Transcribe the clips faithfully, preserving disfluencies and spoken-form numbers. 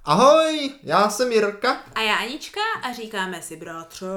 Ahoj, já jsem Jirka. A já Anička a říkáme si bratře.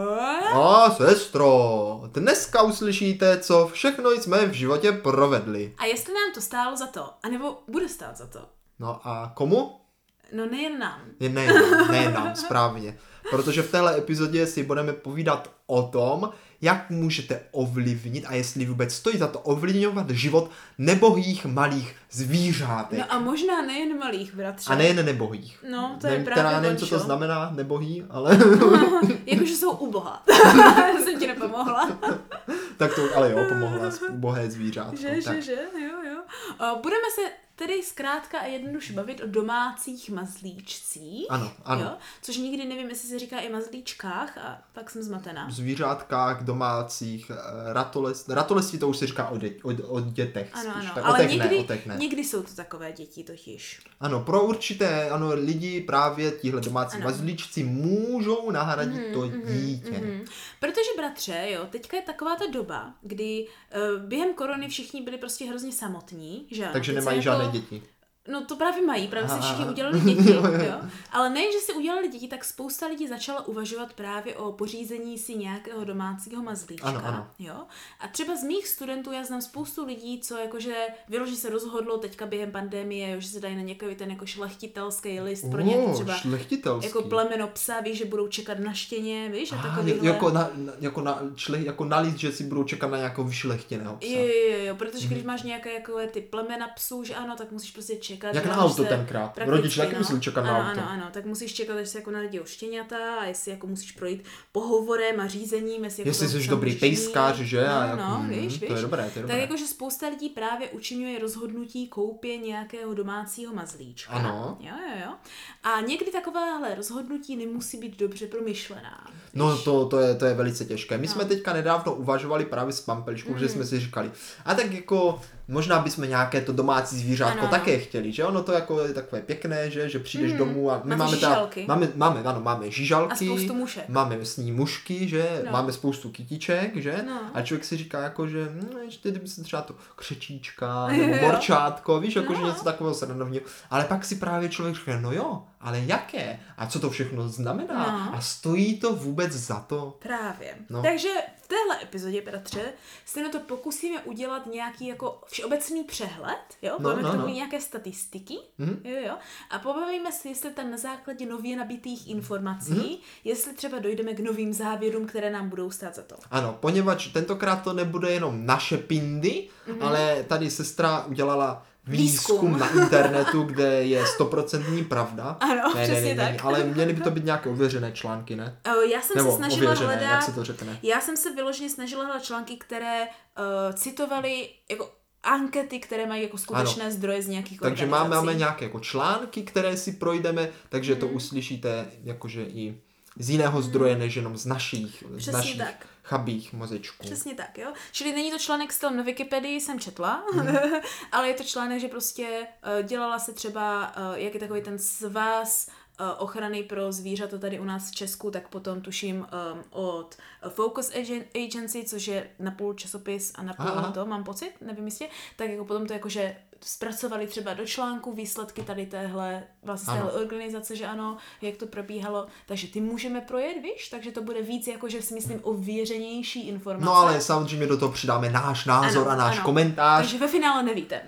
A sestro, dneska uslyšíte, co všechno jsme v životě provedli. A jestli nám to stálo za to, anebo bude stát za to. No a komu? No nejen nám. Je nejen, nejen nám, správně. Protože v téhle epizodě si budeme povídat o tom, jak můžete ovlivnit a jestli vůbec stojí za to ovlivňovat život nebohých malých zvířátek. No a možná nejen malých, bratře. A nejen nebohých. No, to je nevím, právě teda nevím, co to znamená nebohý, ale... Jakože jsou uboha. Jsem ti nepomohla. Tak to, ale jo, pomohla ubohé zvířátko. Že, tak. že, že, jo, jo. O, budeme se tedy zkrátka a jednoduše bavit o domácích mazlíčcích. Ano, ano. Jo? Což nikdy nevím, jestli se říká i mazlíčkách a pak jsem zmatená. Zvířátkách, domácích, ratoles, ratolesti to už se říká o, dě, o, o dětech. Ano, spíš, ano, tak ale otek někdy, ne, otek ne. někdy jsou to takové děti totiž. Ano, pro určité ano, lidi právě tihle domácí ano. mazlíčci můžou nahradit mm-hmm, to mm-hmm, dítě. Mm-hmm. Protože bratře, jo, teďka je taková ta doba, kdy uh, během korony všichni byli prostě hrozně samotní, že ano? Takže Teď nemají jako... žádné děti. No to právě mají, právě si všichni Aha. udělali děti, jo, jo. jo. Ale nejen, že si udělali děti, tak spousta lidí začala uvažovat právě o pořízení si nějakého domácího mazlíčka, Ano, ano. jo. A třeba z mých studentů já znám spoustu lidí, co jakože vyloží se rozhodlo teďka během pandemie, jo, že se dají na nějaký ten jako šlechtitelský list pro nějaký třeba šlechtitelský. jako plemeno psa, víš, že budou čekat na štěně, víš, a Aha, takovýhle. jako na, jako na, čle, jako na list, že si budou čekat na nějakou vyšlechtěného psa. Jo, jo, jo, protože Mhm. když máš nějaké jako ty plemena psů, že ano, tak musíš prostě čekat. Jak že na máš auto se tenkrát. prakticky, Rodiče taky no. musí čekat na ano, auto. Ano, ano, tak musíš čekat, až se jako narodí štěňata a jestli jako musíš projít pohovorem a řízením, jestli jako Jestli to jsi dobrý samotný. pejskař, že? No, A jako, no, mm, víš, to víš. je dobré, to je dobré. Tak jakože spousta lidí právě učinuje rozhodnutí koupě nějakého domácího mazlíčka. Ano. Jo, jo, jo. A někdy takováhle rozhodnutí nemusí být dobře promyšlená. No víš? to, to, je, to je velice těžké. My No. jsme teďka nedávno uvažovali právě s Pampeliškou, Mm. že jsme si říkali, a tak jako možná bychom nějaké to domácí zvířátko Ano, také ano. chtěli, že ono to jako je takové pěkné, že, že přijdeš Mm. domů a my Máte máme žížalky. máme, máme, ano, máme žížalky, A spoustu mušek. máme s ní mušky, že, No. máme spoustu kytiček, že, No. a člověk si říká jako, že no, ještě kdyby se třeba to křečíčka, Jo, nebo jo. morčátko, víš, jako, že No. něco takového srandovního, ale pak si právě člověk říká, no jo, ale jaké? A co to všechno znamená? No. A stojí to vůbec za to? Právě. No. Takže v téhle epizodě, bratře, se na to pokusíme udělat nějaký jako všeobecný přehled, jo? No, Budeme no, k tomu no. nějaké statistiky, Mhm. jo, jo? A pobavíme se, jestli tam na základě nově nabitých informací, Mhm. jestli třeba dojdeme k novým závěrům, které nám budou stát za to. Ano, poněvadž tentokrát to nebude jenom naše pindy, Mhm. ale tady sestra udělala výzkum, Výzkum. na internetu, kde je stoprocentní pravda. Ano, ne, přesně ne, ne, tak. Ale měly by to být nějaké ověřené články, ne? O, Já jsem Nebo se snažila ověřené, jak hledat, se to řekne. já jsem se vyloženě snažila hledat články, které uh, citovaly jako ankety, které mají jako skutečné ano. zdroje z nějakých Takže organizací. máme, máme nějaké jako články, které si projdeme, takže Mhm. to uslyšíte jakože i z jiného zdroje, než jenom z našich, z Přesně našich tak. chabých mozečků. Přesně tak, jo. Čili není to článek stylem na Wikipedii, jsem četla, Mhm. ale je to článek, že prostě uh, dělala se třeba, uh, jak je takový ten svaz uh, ochrany pro zvířata tady u nás v Česku, tak potom tuším um, od Focus Agen- Agency, což je napůl časopis a napůl Aha. to, mám pocit, nevím jistě, tak jako potom to jakože zpracovali třeba do článku výsledky tady téhle, vlastně Ano. téhle organizace, že ano, jak to probíhalo, takže ty můžeme projet, víš, takže to bude víc jakože si myslím ověřenější informace. No ale samozřejmě do toho přidáme náš názor Ano, a náš ano. komentář. Takže ve finále nevíte.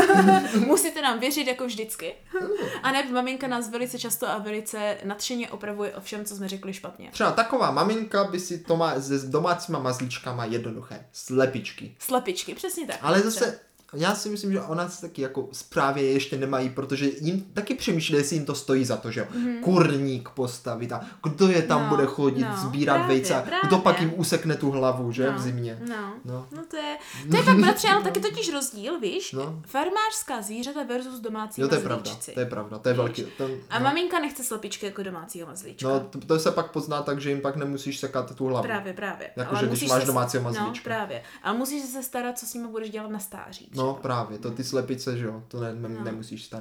Musíte nám věřit jako vždycky. A ne, maminka nás velice často a velice nadšeně opravuje o všem, co jsme řekli špatně. Třeba taková maminka by si to má s domácíma mazlíčkama jednoduché. Slepičky. Slepičky, přesně tak. Ale zase, já si myslím, že ona se taky jako zprávě ještě nemají, protože jim taky přemýšlí, jestli jim to stojí za to, že jo. Mm-hmm. Kurník postavit a kdo je tam No, bude chodit, no, sbírat právě, vejce a kdo právě. pak jim usekne tu hlavu, že, No, v zimě. No, No. no. no to je, to je fakt, bratře, ale taky totiž rozdíl, víš? No. Farmářská zvířata versus domácí Jo, to je mazlíčci. pravda, to je pravda, to je velký. To, A no. maminka nechce slepičky jako domácího mazlíčka. No, to, to se pak pozná tak, že jim pak nemusíš sekat tu hlavu. Právě, právě. Jakože Ale když musíš máš se- domácího No, mazlíčka. právě. Ale musíš se starat, co s nimi budeš dělat na stáří. No třeba. právě, to ty slepice, že jo, to ne, ne, No. nemusíš starat.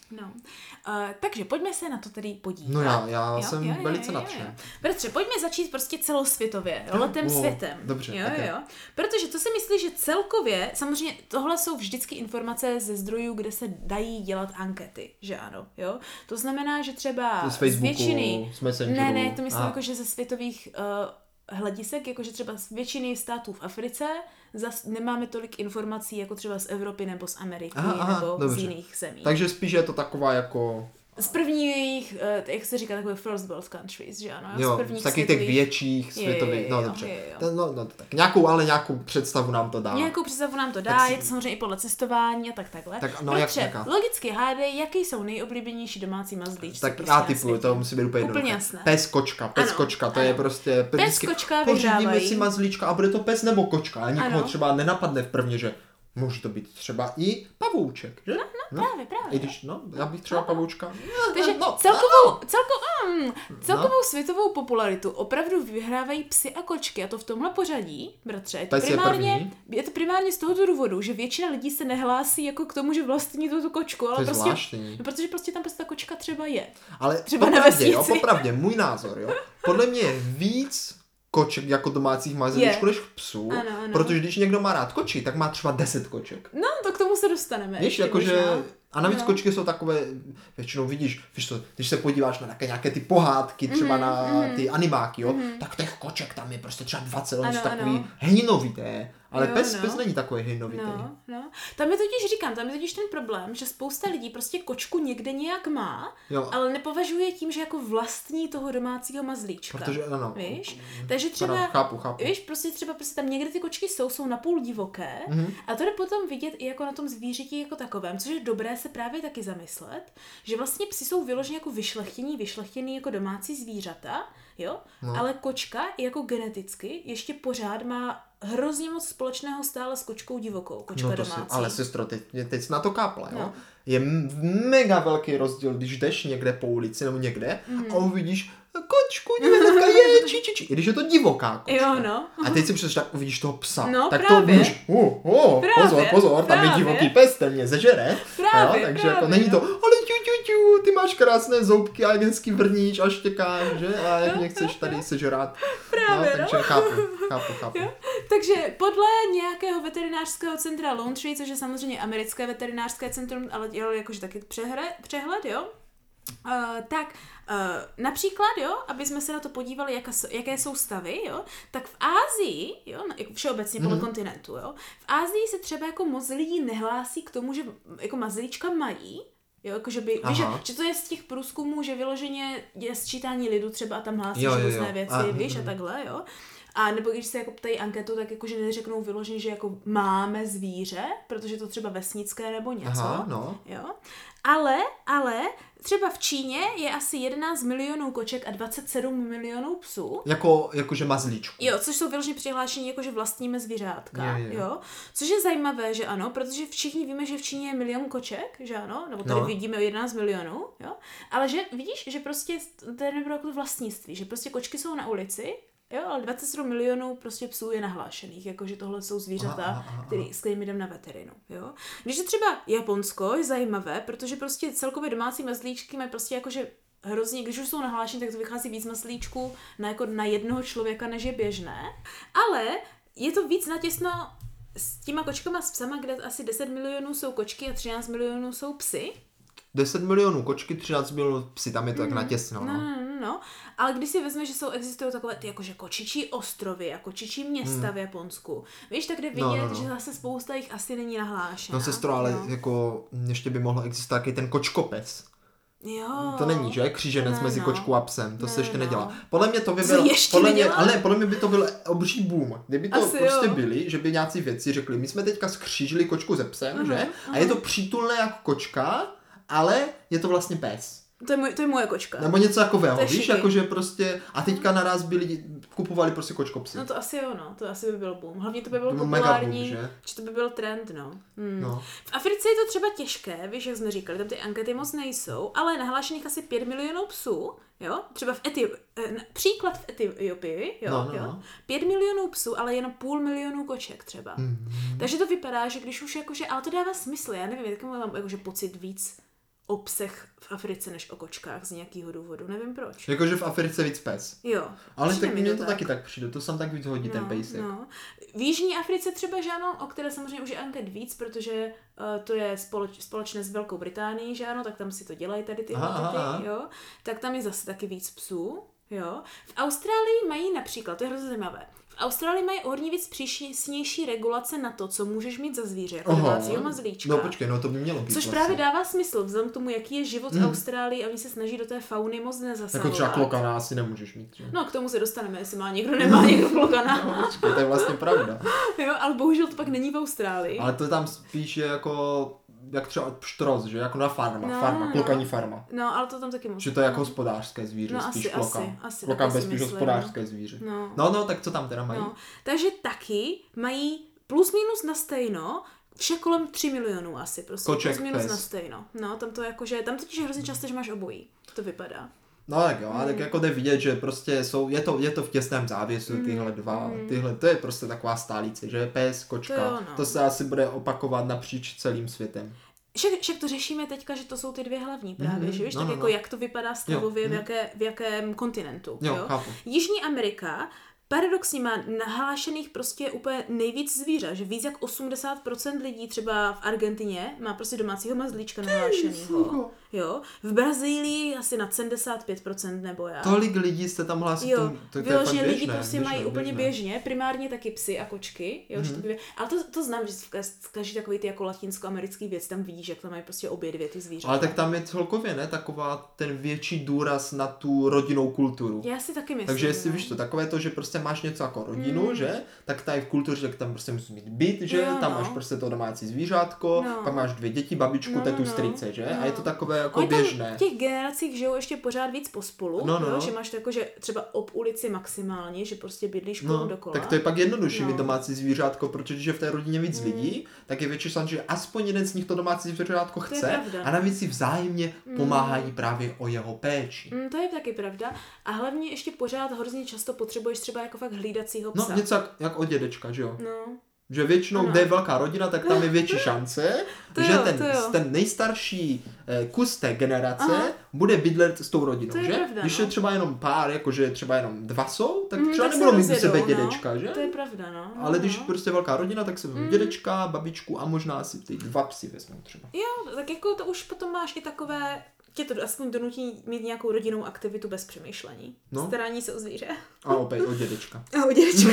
No, uh, takže pojďme se na to tedy podívat. No já, já jo? jsem jo, jo, velice jo, nadšen. Bratře, pojďme začít prostě celosvětově, letem oh, světem. Dobře, jo, okay. jo. Protože to si myslí, že celkově, samozřejmě tohle jsou vždycky informace ze zdrojů, kde se dají dělat ankety, že ano, jo. To znamená, že třeba z Facebooku, z většiny, z Messengeru. ne, ne, to myslím Aha. jako, že ze světových uh, hledisek, jakože třeba z většiny států v Africe zas nemáme tolik informací jako třeba z Evropy nebo z Ameriky aha, aha, nebo dobře. z jiných zemí. Takže spíš je to taková jako... Z prvních, jak se říká, takové first world countries, že ano? Jo, z, prvních z takových světových... těch větších světových, je, je, no jo, dobře. je, je, To, no, no, tak nějakou, ale nějakou představu nám to dá. Nějakou představu nám to dá, Tak si- je to samozřejmě i podle cestování a tak takhle. Tak, no, jak- Protože jaká? logicky hádej, jaký jsou nejoblíbenější domácí mazlíčci Tak prostě já na typuju, světě. to musí být úplně Úplně jednoduché. jasné. Pes, kočka, pes, Ano, kočka, to ano. je prostě... Pes, vždycky kočka pořídíme vyhrávají. si mazlíčka a bude to pes nebo kočka. A nikoho Ano. třeba nenapadne v prvně, že může to být třeba i pavouček, že? No, právě, právě. I když, no, já bych třeba pavoučka... Takže no, celkovou, celkovou, mm, celkovou světovou popularitu opravdu vyhrávají psy a kočky, a to v tomhle pořadí, bratře. Je to, Pes je primárně, první. je to primárně z tohoto důvodu, že většina lidí se nehlásí jako k tomu, že vlastní tu kočku, ale To je prostě, zvláštní. no, protože prostě tam prostě ta kočka třeba je. Ale Třeba na popravdě, jo, vesnici. popravdě, můj názor, jo. Podle mě je víc koček jako domácích mazlíčků než psů, Ano, ano. protože když někdo má rád koči, tak má třeba deset koček. No, to k tomu se dostaneme. Víš, ještě jakože... možná. A navíc No. kočky jsou takové, většinou vidíš, víš to, když se podíváš na nějaké, nějaké ty pohádky, třeba Mhm, na mhm. ty animáky, jo, Mhm. tak těch koček tam je prostě třeba dvacet, oni Ano, jsou takový ano. hninovité, ale Jo, pes, no. pes není takový hninovitý. No, no. Tam je totiž, říkám, tam je totiž ten problém, že spousta lidí prostě kočku někde nějak má, Jo, ale nepovažuje tím, že jako vlastní toho domácího mazlíčka. protože, ano. Víš? Takže Ano, třeba, chápu, chápu. víš, prostě třeba prostě tam někde ty kočky jsou, jsou napůl divoké Mhm. a to jde potom vidět i jako na tom zvířeti jako takovém, což je dobré se právě taky zamyslet, že vlastně psi jsou vyloženě jako vyšlechtění, vyšlechtěný jako domácí zvířata, jo, No. ale kočka i jako geneticky ještě pořád má hrozně moc společného stále s kočkou divokou, kočka No to si, domácí. ale sestro, teď, teď jsi na to kápla, jo? No. Je m- mega velký rozdíl, když jdeš někde po ulici nebo někde Mhm. a uvidíš kočku, divoká je, či, či, či. I když je to divoká kočka. Jo, no. A teď si představ, tak uvidíš toho psa. No, tak právě. to můžeš, uh, uh, Právě, pozor, pozor, tam je právě. divoký pes, ten mě zežere. Právě, jo? Takže právě, jako není to, no. ale ťu, ťu, ťu, ty máš krásné zoubky a jak hezky vrníš a štěkáš, že? A jak mě chceš tady sežrat. Právě, no, takže no. chápu, chápu, chápu. Jo. Takže podle nějakého veterinářského centra Lone Tree, což je samozřejmě americké veterinářské centrum, ale dělal jakože taky přehre, přehled, jo, Uh, tak uh, například, jo, aby jsme se na to podívali, jaka, jaké jsou stavy, jo, tak v Ázii, jo, jako všeobecně podle Mhm. kontinentu, jo, v Ázii se třeba jako moc lidí nehlásí k tomu, že jako mazlíčka mají, jo, jako že by, víš, že, Aha. že to je z těch průzkumů, že vyloženě je sčítání lidu třeba a tam hlásí Jo, jo, jo. různé věci, A- víš, a mhm. takhle, jo. A nebo když se jako ptají anketu, tak jakože neřeknou vyloženě, že jako máme zvíře, protože to třeba vesnické nebo něco. Aha, no. Jo? Ale, ale třeba v Číně je asi jedenáct milionů koček a dvacet sedm milionů psů. Jako, jakože mazlíčku. Jo, což jsou vyloženě přihlášení, jakože vlastníme zvířátka. Jo, jo. Jo. Což je zajímavé, že ano, protože všichni víme, že v Číně je milion koček, že ano, nebo tady No. vidíme jedenáct milionů, jo. Ale že vidíš, že prostě to je nebylo jako vlastnictví, že prostě kočky jsou na ulici, jo, ale dvacet sedm milionů prostě psů je nahlášených, jakože tohle jsou zvířata, Aha, aha, aha. který, s kterými jdem na veterinu, jo. Když je třeba Japonsko, je zajímavé, protože prostě celkově domácí mazlíčky mají prostě jakože hrozně, když už jsou nahlášení, tak to vychází víc mazlíčků na, jako na jednoho člověka, než je běžné, ale je to víc natěsno s těma kočkama, s psama, kde asi deset milionů jsou kočky a třináct milionů jsou psy. deset milionů kočky, třináct milionů psy, tam je to tak Mm. natěsno. No, No. no, no, no. Ale když si vezme, že jsou, existují takové ty jakože kočičí ostrovy a kočičí města Hmm. v Japonsku, víš, tak jde vidět, No, no, no. že zase spousta jich asi není nahlášena. No sestro, ale jo. jako ještě by mohlo existovat taky ten kočkopes. Jo. To není, že? Kříženec Ne, mezi no. kočkou a psem. To Ne, se ještě no. nedělá. Podle mě to by Co byl... ještě podle mě, nedělá? ale ne, podle mě by to byl obří boom. Kdyby to Asi prostě jo. byli, že by nějací vědci řekli, my jsme teďka skřížili kočku se psem, Aha, že? A aha. je to přítulné jako kočka, ale je to vlastně pes. To je, můj, to je moje kočka. Nebo něco takového, To je víš? šiky. Jakože prostě... A teďka naraz by lidi kupovali prostě kočkopsy. No to asi jo, no. To asi by byl boom. Hlavně to by bylo To byl mega populární, boom, že? že to by byl trend, no. Hmm. No. V Africe je to třeba těžké, víš, jak jsme říkali, tam ty ankety moc nejsou, ale nahlášených asi pět milionů psů, jo, třeba v Etiopii, příklad v Etiopii, jo, No, no, jo, no. pět milionů psů, ale jenom půl milionu koček třeba. Hmm. Takže to vypadá, že když už jakože, ale to dává smysl, já nevím, jaký mám jakože pocit víc o psech v Africe než o kočkách z nějakého důvodu, nevím proč. Jakože v Africe víc pes. Jo. Ale Přijde tak mi mně to to tak. taky tak přijde, to sam tak víc hodí No, ten pejsek. no. V Jižní Africe třeba, že ano, o které samozřejmě už je anket víc, protože uh, to je společ, společné s Velkou Británií, že ano, tak tam si to dělají tady ty Aha, ankety, aha. jo. Tak tam je zase taky víc psů, jo. V Austrálii mají například, to je hrozně zajímavé, v Austrálii mají o hodně víc přísnější regulace na to, co můžeš mít za zvíře, jako domácího mazlíčka. No počkej, no to by mělo být. Což vlastně. právě dává smysl, vzhledem k tomu, jaký je život Mm. v Austrálii a oni se snaží do té fauny moc nezasahovat. Jako třeba klokana asi nemůžeš mít, že? No, k tomu se dostaneme, jestli má někdo, nemá někdo klokana. No, počkej, to je vlastně pravda. Jo, ale bohužel to pak není v Austrálii. Ale to tam spíš je jako, jak třeba pštros, že? Jako na farma, No, farma, no. klokaní farma. No, ale to tam taky může. Že to je jako hospodářské zvíře, No, spíš asi, klokan. asi, asi, Klokan taky je si spíš myslím, hospodářské zvíře. No. No, no, tak co tam teda mají? No. Takže taky mají plus minus na stejno, vše kolem tři milionů asi, prostě. Koček, plus minus pes. na stejno. No, tam to jako, že tam totiž je hrozně často, že máš obojí. To vypadá. No tak jo, a tak jako jde vidět, že prostě jsou, je to, je to v těsném závěsu tyhle dva, tyhle, to je prostě taková stálice, že pes, kočka, To jo, no. to se asi bude opakovat napříč celým světem. Však, však to řešíme teďka, že to jsou ty dvě hlavní právě, Mhm, že víš, no, tak no, jako no. jak to vypadá stavově, Jo, v, mhm. jaké, v jakém kontinentu. Jo, chápu. Jižní Amerika paradoxně má nahlášených prostě úplně nejvíc zvířat, že víc jak osmdesát procent lidí třeba v Argentině má prostě domácího mazlíčka nahlášenýho. Jo, v Brazílii asi na sedmdesát pět procent nebo jak. Tolik lidí jste tam hlásí, Jo, to, to, to je fakt vyloženě běžné, lidi prostě běžné, mají úplně běžné. běžně, primárně taky psy a kočky, jo, že to bývá, ale to, to znám, že v kaž- každý takový ty jako latinskoamerický věc tam vidíš, jak tam mají prostě obě dvě ty zvířata. Ale tak tam je celkově, ne, taková ten větší důraz na tu rodinnou kulturu. Já si taky myslím. Takže jestli no. víš to, takové to, že prostě máš něco jako rodinu, Mm. že, tak tady v kultuře, tak tam prostě musí mít byt, že, Jo, tam no. máš prostě to domácí zvířátko, No. pak máš dvě děti, babičku, No, tetu, no, strýce, že, no. a je to takové jako Oni tam běžné. v těch generacích žijou ještě pořád víc pospolu, No, no, jo, no. že máš to jako, že třeba ob ulici maximálně, že prostě bydlíš kolem No, dokola. tak to je pak jednodušší No. mít domácí zvířátko, protože když je v té rodině víc lidí, tak je větší šance, že aspoň jeden z nich to domácí zvířátko je chce pravda. a navíc si vzájemně pomáhají právě o jeho péči. Mm, to je taky pravda. A hlavně ještě pořád hrozně často potřebuješ třeba jako fakt hlídacího No, psa. něco jak, jak od dědečka, že jo? No. Že většinou, Ano. kde je velká rodina, tak tam je větší šance, To že jo, ten, to jo. ten nejstarší eh, kus té generace Aha. bude bydlet s tou rodinou, To je že? pravda, Když no. je třeba jenom pár, jakože třeba jenom dva jsou, tak Mhm, třeba tak se nebudou mít u rozjedou, sebe no. dědečka, že? To je pravda, no. no Ale když no. prostě velká rodina, tak se vezmou Mhm. dědečka, babičku a možná si ty dva psy vezmou třeba. Jo, tak jako to už potom máš i takové, tě to aspoň donutí mít nějakou rodinnou aktivitu bez přemýšlení. No. Starání se o zvíře. A opět od dědečka. A o dědečka.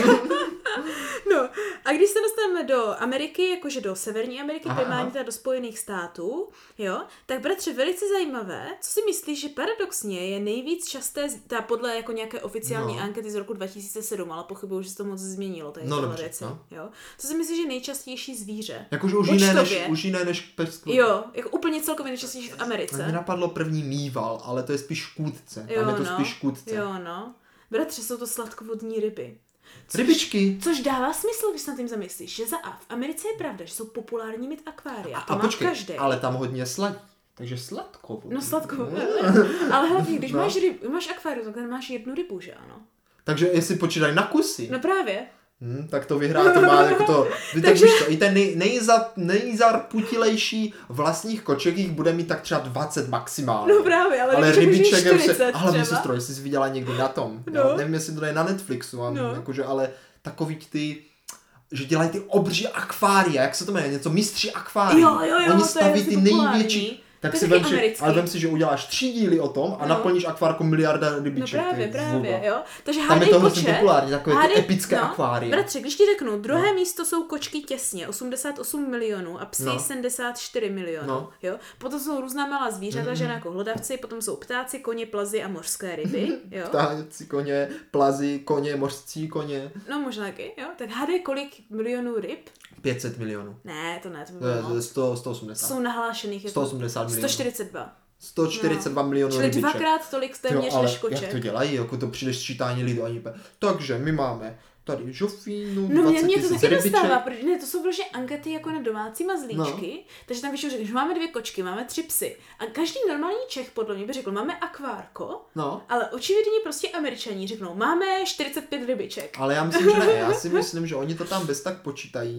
No, a když se dostaneme do Ameriky, jakože do Severní Ameriky, Aha, primárně aha. teda do Spojených států, jo, tak bratře, velice zajímavé, co si myslíš, že paradoxně je nejvíc časté, ta podle jako nějaké oficiální No. ankety z roku dva tisíce sedm, ale pochybuju, že se to moc změnilo, tady No tyhle dobře, věci, no. jo. Co si myslíš, že je nejčastější zvíře? Jakože už jiné, než, Počtově. už jiné než pes. Jo, jako úplně celkově nejčastější v Mě Americe. napadlo první mýval, ale to je spíš škůdce. Jo, Tam je to no. spíš škůdce. Jo, no. Bratře, jsou to sladkovodní ryby. Což, Rybičky. Což dává smysl, když se nad tím zamyslíš, že za A v Americe je pravda, že jsou populární mít akvária. To A má počkej, každý. ale tam hodně sladí. Takže sladkovodní. No sladko. No. Ale hlavně, když No. máš, ryb, máš akvárium, tak tam máš jednu rybu, že ano? Takže jestli počítají na kusy, No právě. hmm, tak to vyhrá, to má jako to, vy tak Takže- víš to, i ten nej, nejza, nejzarputilejší vlastních koček jich bude mít tak třeba dvacet maximálně. No právě, ale, ale rybiček může rybiček je čtyřicet se, a hlavně třeba. sestro, jestli jsi viděla někdy na tom, No. já nevím, jestli to je na Netflixu, a, No. jakože, ale takový ty, že dělají ty obří akvária, jak se to jmenuje, něco mistři akvárií. Jo, jo, jo, to Oni je staví hrozně ty populární. největší, tak To je si taky vem, že, americký. ale vem si, že uděláš tři díly o tom a No. naplníš akvárko miliarda No rybiček. právě, ty právě, vůba. jo. Takže Tam je hádej to hrozně počet. populární, takové ty hádej- epické akvária. Bratře, když ti řeknu, druhé no. místo jsou kočky těsně, osmdesát osm milionů a psy No. sedmdesát čtyři milionů. No. Jo? Potom jsou různá malá zvířata, Mm. že jako hlodavci, potom jsou ptáci, koně, plazy a mořské ryby. Jo? Ptáci koně, plazy, koně, mořscí koně. No možná taky, jo. Tak hádej, kolik milionů ryb? pět set milionů. Ne, to ne, to by To bylo je moc. sto, sto osmdesát. Jsou nahlášených sto jako osmdesát milionů. sto čtyřicet dva. sto čtyřicet dva milionů Čili rybiček. dvakrát tolik téměř Jo, ale než koček. jak to dělají, jako to přijde sčítání lidu ani pe. Takže my máme tady žofínu, No mě, dvacet mě to tisíc taky rybiček. dostává, protože ne, to jsou vložně ankety jako na domácí mazlíčky, No. takže tam vyšlo, že máme dvě kočky, máme tři psy a každý normální Čech podle mě by řekl, máme akvárko, No, ale očividně prostě Američaní řeknou, máme čtyřicet pět rybiček. ale já myslím, že ne. Já si myslím, že oni to tam bez tak počítají,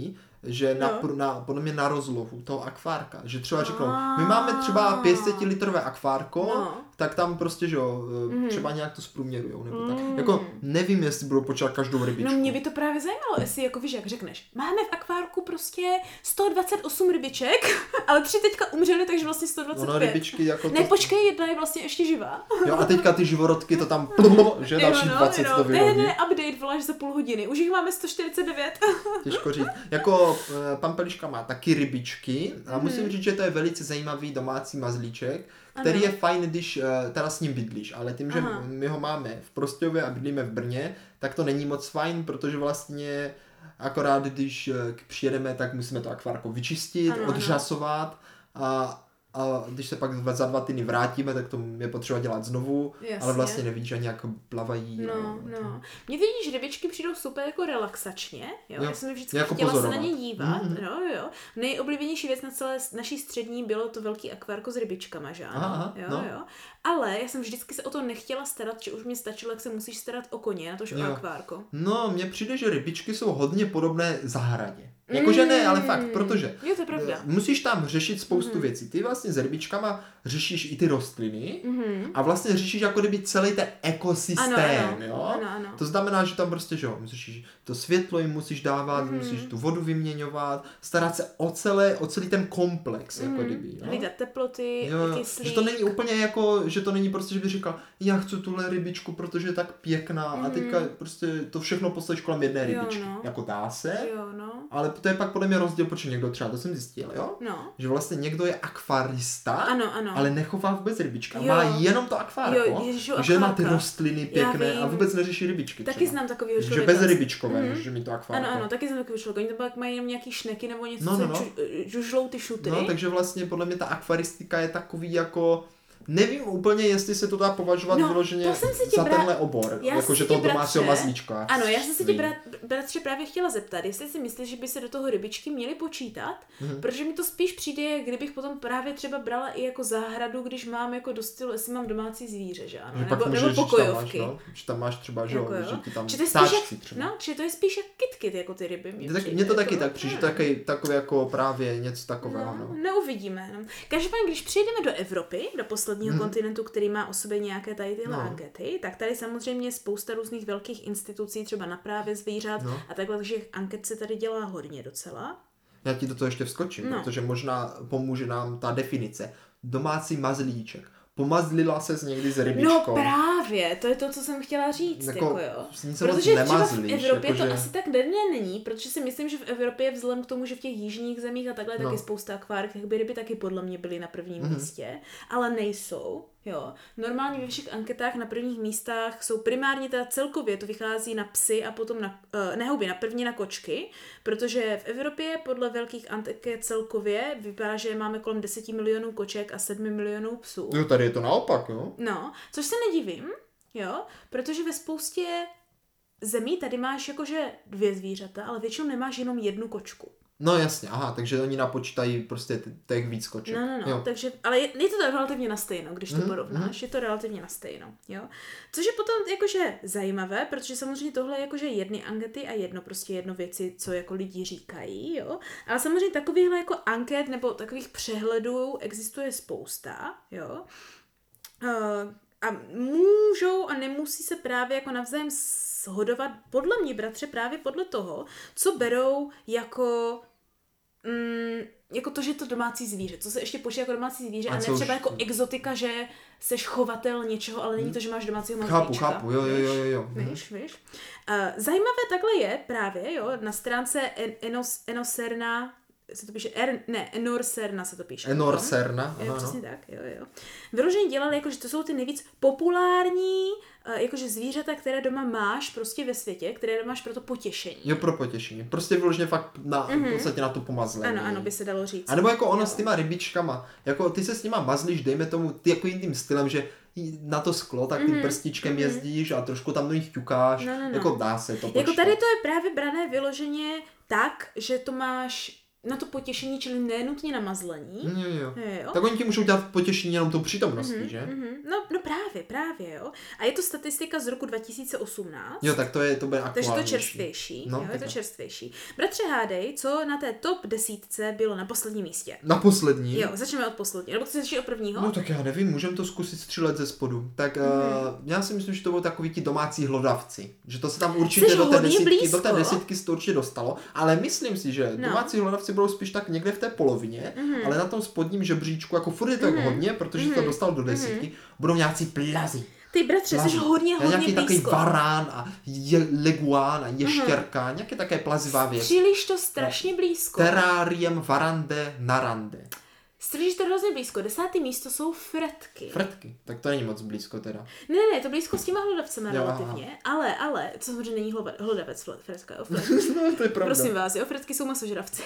že na, No. na, podle mě na rozlohu toho akvárka, že třeba řeknou, my máme třeba pět set litrové akvárko, No. tak tam prostě, že jo, Mhm. třeba nějak to zprůměrujou, nebo tak. Mm. Jako nevím, jestli budou počítat každou rybičku. No mě by to právě zajímalo, jestli jako víš, jak řekneš, máme v akvárku prostě sto dvacet osm rybiček, ale tři teďka umřely, takže vlastně sto dvacet pět. Ono rybičky jako Ne, to... počkej, jedna je vlastně ještě živá. Jo, a teďka ty živorodky to tam pllo, že další Jo, no, dvacet jo. to Ne, vyrodí. ne, update, voláš za půl hodiny, už jich máme sto čtyřicet devět. Těžko říct. Jako e, Pampeliška má taky rybičky a musím Mhm. říct, že to je velice zajímavý domácí mazlíček, který Ano. je fajn, když e, teda s ním bydlíš, ale tím, že Aha. my ho máme v Prostějově a bydlíme v Brně, tak to není moc fajn, protože vlastně akorát když e, přijedeme, tak musíme to akvárko vyčistit, Ano, ano. odřasovat a a když se pak za dva týdny vrátíme, tak to je potřeba dělat znovu, Jasně. ale vlastně nevidíš, ani jak plavají. No, a- no. Mně vidíš, rybičky přijdou super jako relaxačně, jo, Jo, já jsem vždycky jako chtěla se na pozorovat. ně dívat, Mhm. no jo. Nejoblíbenější věc na celé naší střední bylo to velký akvárko s rybičkama, že ano, Aha, aha, jo, no. jo. Ale já jsem vždycky se o to nechtěla starat, že už mě stačilo, jak se musíš starat o koně, na tož o Jo. akvárko. No, mně přijde, že rybičky jsou hodně podobné zahradě. Jakože ne, ale fakt, Mm. protože Jo, to je pravda. musíš tam řešit spoustu Mhm. věcí. Ty vlastně s rybičkama řešíš i ty rostliny Mhm. a vlastně řešíš jako kdyby celý ten ekosystém, ano, jo? ano, ano. To znamená, že tam prostě, že jo, musíš to světlo jim musíš dávat, Mhm. musíš tu vodu vyměňovat, starat se o, celé, o celý ten komplex, jako Mhm. kdyby, jo? Hlídat teploty, Jo, jo, kyslík. že to není úplně jako, že to není prostě, že by říkal, já chci tuhle rybičku, protože je tak pěkná a Mhm. teďka prostě to všechno postavíš kolem jedné Jo, rybičky. no. Jako dá se, Jo, no. ale to je pak podle mě rozdíl, protože někdo třeba, to jsem zjistil, jo? No. Že vlastně někdo je akvarista, Ano, ano. ale nechová vůbec rybička. Jo. Má jenom to akvárko, Jo, ježišu, že má ty akvárka. rostliny Já pěkné a vím. vůbec neřeší rybičky. Taky třeba. znám takového Že člověka. bez rybičkové, Mhm. že mi to akvárko. Ano, ano, taky jsem takový člověk. Oni to pak mají jenom nějaký šneky nebo něco, No, no, co no. žu- žužlou ty šutry. No, takže vlastně podle mě ta akvaristika je takový jako, nevím úplně, jestli se to dá považovat No, vyloženě to jsem se tě za bra- tenhle obor, Já jakože jsem toho tě, domácího bratře- mazlíčka. Ano, já jsem se tě, svý. brat, bratře, právě chtěla zeptat, jestli si myslíš, že by se do toho rybičky měly počítat, Mhm. protože mi to spíš přijde, kdybych potom právě třeba brala i jako zahradu, když mám jako do stylu, jestli mám domácí zvíře, že ano, Že pak nebo, můžeš nebo říct, že tam máš, pokojovky. no, že tam máš třeba, že, Jako jo, jo. že ti tam Či to je spíš ptáčci jak, třeba. no, či to je spíš jak kitkit, jako ty ryby. Mě Tak, přijde, mně to taky jako, tak přijde, že no. to je takový, takový jako právě něco takového. No, No. neuvidíme. No. Každopádně, když přijdeme do Evropy, do posledního Mhm. kontinentu, který má o sobě nějaké tady tyhle No. ankety, tak tady samozřejmě je spousta různých velkých institucí, třeba na právě zvířat No. a takhle, takže anket se tady dělá hodně docela. Já ti do toho ještě vskočím, No. protože možná pomůže nám ta definice. Domácí mazlíček. Pomazlila ses někdy s rybičkou. No právě, to je to, co jsem chtěla říct, jako, Jako, jo. s ní se moc Protože třeba v nemazlíš, Evropě jakože- to asi tak ne, ne, není, protože si myslím, že v Evropě vzhledem k tomu, že v těch jižních zemích a takhle No. taky spousta akvárek, tak by ryby taky podle mě byly na prvním Mhm. místě, ale nejsou, jo. Normálně ve všech anketách na prvních místách jsou primárně teda celkově, to vychází na psy a potom na, uh, ne houby, na první na kočky, protože v Evropě podle velkých anket celkově vypadá, že máme kolem deset milionů koček a sedm milionů psů. Jo, tady je to naopak, jo. No, což se nedivím, jo, protože ve spoustě zemí tady máš jakože dvě zvířata, ale většinou nemáš jenom jednu kočku. No jasně, aha, takže oni napočítají prostě t- těch víc koček. No, no, no, Jo. takže, ale je, je to tak relativně na stejno, když to Mhm, porovnáš, je to relativně na stejno, jo. Což je potom jakože zajímavé, protože samozřejmě tohle je jakože jedny ankety a jedno prostě jedno věci, co jako lidi říkají, jo. Ale samozřejmě takovýchhle jako anket nebo takových přehledů existuje spousta, jo. Uh, a můžou a nemusí se právě jako navzájem shodovat, podle mě, bratře, právě podle toho, co berou jako mm, jako to, že je to domácí zvíře, co se ještě počítá jako domácí zvíře A a, ne co už- třeba jako exotika, že seš chovatel něčeho, ale není to, že máš domácího Chápu, mazlíčka. chápu, jo, jo, jo, jo, jo. Mhm. Víš, víš. Uh, zajímavé takhle je právě, jo, na stránce en, enos, Enoserna, se to píše, er, ne, Enorserna se to píše. Enorserna, Jo, aha, přesně no. tak, jo, jo. Vyloženě dělali, jako, že to jsou ty nejvíc populární uh, jakože zvířata, které doma máš prostě ve světě, které doma máš pro to potěšení. Jo, pro potěšení. Prostě vyloženě fakt na, Mhm. v podstatě na to pomazlení. Ano, ano, by se dalo říct. A nebo jako ono Jo. s těma rybičkama, jako ty se s nima mazlíš, dejme tomu, ty jako tím stylem, že jí na to sklo, tak tím Mhm, prstičkem mhm. jezdíš a trošku tam do nich ťukáš, No, no, no. jako dá se to Jako počítat. tady to je právě brané vyloženě tak, že to máš na to potěšení, čili nenutně na mazlení. Jo, jo. Jo. Tak oni ti můžou dělat potěšení jenom tou přítomností, Mm-hmm, že? Mm-hmm. No, no právě, právě, jo. A je to statistika z roku dva tisíce osmnáct. Jo, tak to je, to bude Takže aktuálnější. to čerstvější. No, jo, je to tak. čerstvější. Bratře, hádej, co na té top desítce bylo na posledním místě? Na poslední? Jo, začneme od poslední. Nebo chceš začít od prvního? No tak já nevím, můžeme to zkusit střílet ze spodu. Tak Mm-hmm. uh, já si myslím, že to budou takový ti domácí hlodavci. Že to se tam určitě Jsi do té, hodně desítky, blízko. do té desítky se to určitě dostalo. Ale myslím si, že No. domácí hlodavci budou spíš tak někde v té polovině, Mm-hmm. ale na tom spodním žebříčku, jako furt je to Mhm. hodně, protože Mhm. to dostal do desítky, budou nějací plazy. Ty bratře, jsi hodně, Já hodně nějaký takový blízko. varán a je, leguán a ještěrka, nějaké také plazivá věc. Střílíš to strašně blízko. Terráriem varande narande. Střílíš to hrozně blízko. Desátý místo jsou fretky. Fretky, tak to není moc blízko teda. Ne, ne, to blízko s těma hlodavcema Jo, relativně, ale, ale, to samozřejmě není hlova- hlodavec, fle- fretka, jo, fret. No, to je pravda. Prosím vás, jo, fretky jsou masožravci.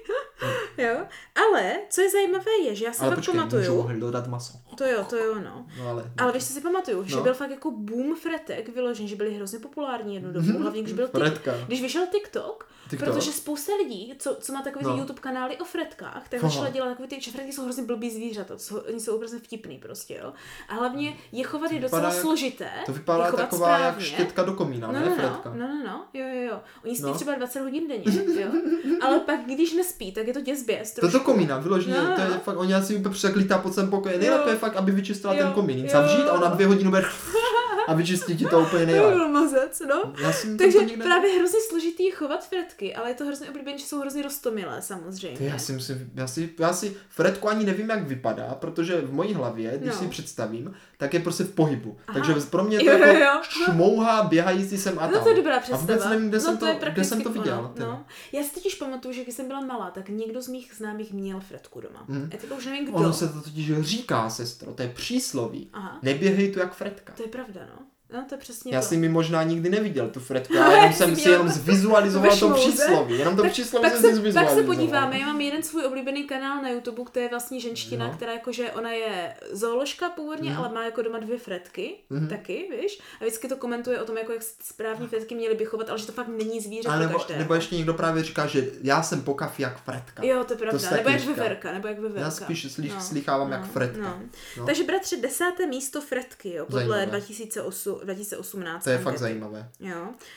Jo, ale, co je zajímavé je, že já si Ale fakt počkej, můžou pamatuju, hledat maso. to jo, to jo, no. No ale... Ale víš, co si pamatuju, že No. byl fakt jako boom fretek vyložen, že byli hrozně populární jednu dobu, hlavně když byl TikTok. Fretka. Když vyšel TikTok, TikTok. protože spousta lidí, co, co má takový No. ty YouTube kanály o fretkách, tak Aha. začala dělat takový ty, že fretky jsou hrozně blbý zvířata, jsou, oni jsou hrozně vtipný prostě, jo. A hlavně je chovat je vypadá docela jak- složité, To vypadá je chovat taková správně. jak štětka do komína, No, ne no, no, fretka? no, no, no, jo, jo, jo. Oni spí No. třeba dvacet hodin denně, jo. Ale pak, když nespí, tak je to děsběs. To do komína, vyloženě, No, to je no. fakt, oni asi úplně překlítá po celém pokoji. Nejlépe je fakt, aby vyčistila Jo, ten komín. Nic jo. zavřít a ona dvě hodiny bude a vyčistí ti to úplně To nejlépe. byl mazec, no. Já jsem Takže to někde... právě hrozně složitý je chovat fretky, ale je to hrozně oblíbené, že jsou hrozně roztomilé samozřejmě. Ty, já si myslím, já si, já si Fredku ani nevím, jak vypadá, protože v mojí hlavě, když No. si ji představím, tak je prostě v pohybu. Aha. Takže pro mě je to Jo, jako jo, jo. šmouhá, běhající sem a tam. No to je dobrá A představa. vůbec nevím, kde, no, jsem, to, je kde jsem to prakticky viděl. ono, teda. no. Já si totiž pamatuju, že když jsem byla malá, tak někdo z mých známých měl fretku doma. Mhm. Já teďka už nevím kdo. Ono se to totiž říká, sestro, to je přísloví. Aha, Neběhej tu jak Fredka. to je pravda, no. No, to je přesně Já to. jsem mi možná nikdy neviděl tu Fredku, ale jenom jsem si měl jenom zvizualizoval ve to šmouze. přísloví. Jenom to Tak- přísloví Tak jsem se, si tak zvizualizoval. se podíváme, já mám jeden svůj oblíbený kanál na YouTube, který je vlastně ženština, No. která jakože ona je zooložka původně, Mhm. ale má jako doma dvě fretky, Mhm. taky, víš? A vždycky to komentuje o tom, jako jak se ty správní fretky měly by chovat, ale že to fakt není zvíře A pro nebo, každého. nebo ještě někdo právě říká, že já jsem pokav jak Fredka. Jo, to je pravda. se Nebo taky jak říká. veverka, nebo jak veverka. Já spíš slých, No, slýchávám no, jak Fredka. no. No. Takže bratře, desáté místo fretky, jo, podle Zajímavé. dva tisíce osm, dva tisíce osmnáct. To je fakt ankety. zajímavé. Jo.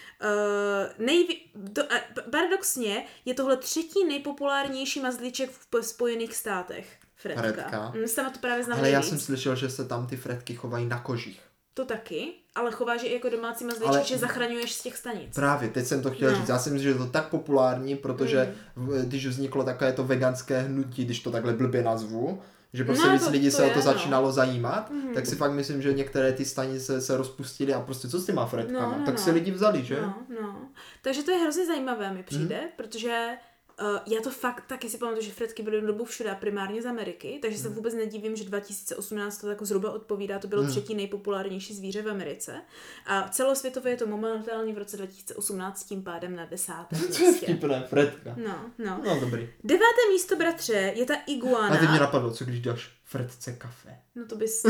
Uh, nejví, do, a, paradoxně je tohle třetí nejpopulárnější mazlíček v po- Spojených státech. Fretka. Fretka. Mm, Sama to právě znám Ale já nejvíc. jsem slyšel, že se tam ty Fredky chovají na kožích. To taky, ale chováš je jako domácí mazlíček, Ale- že zachraňuješ z těch stanic. Právě, teď jsem to chtěl No. říct. Já si myslím, že je to tak populární, protože Mm. v- když vzniklo takové to veganské hnutí, když to takhle blbě nazvu, že prostě No, víc to- lidí to se o je, to no. začínalo zajímat, Mhm. tak si fakt myslím, že některé ty stanice se rozpustily a prostě co s těma Fredkama, No, no, tak no. si lidi vzali, že? No, no. Takže to je hrozně zajímavé, mi přijde, Mhm. protože uh, já to fakt taky si pamatuju, že fretky byly dobu všude a primárně z Ameriky, takže Mhm. se vůbec nedivím, že dva tisíce osmnáct to jako zhruba odpovídá, to bylo Mhm. třetí nejpopulárnější zvíře v Americe. A celosvětově je to momentálně v roce dva tisíce osmnáct tím pádem na desátém Co je místě. vtipné, Fredka. No, no. No dobrý. Deváté místo, bratře, je ta iguana. A teď mě napadlo, co když dáš Fredce kafe. No to bys...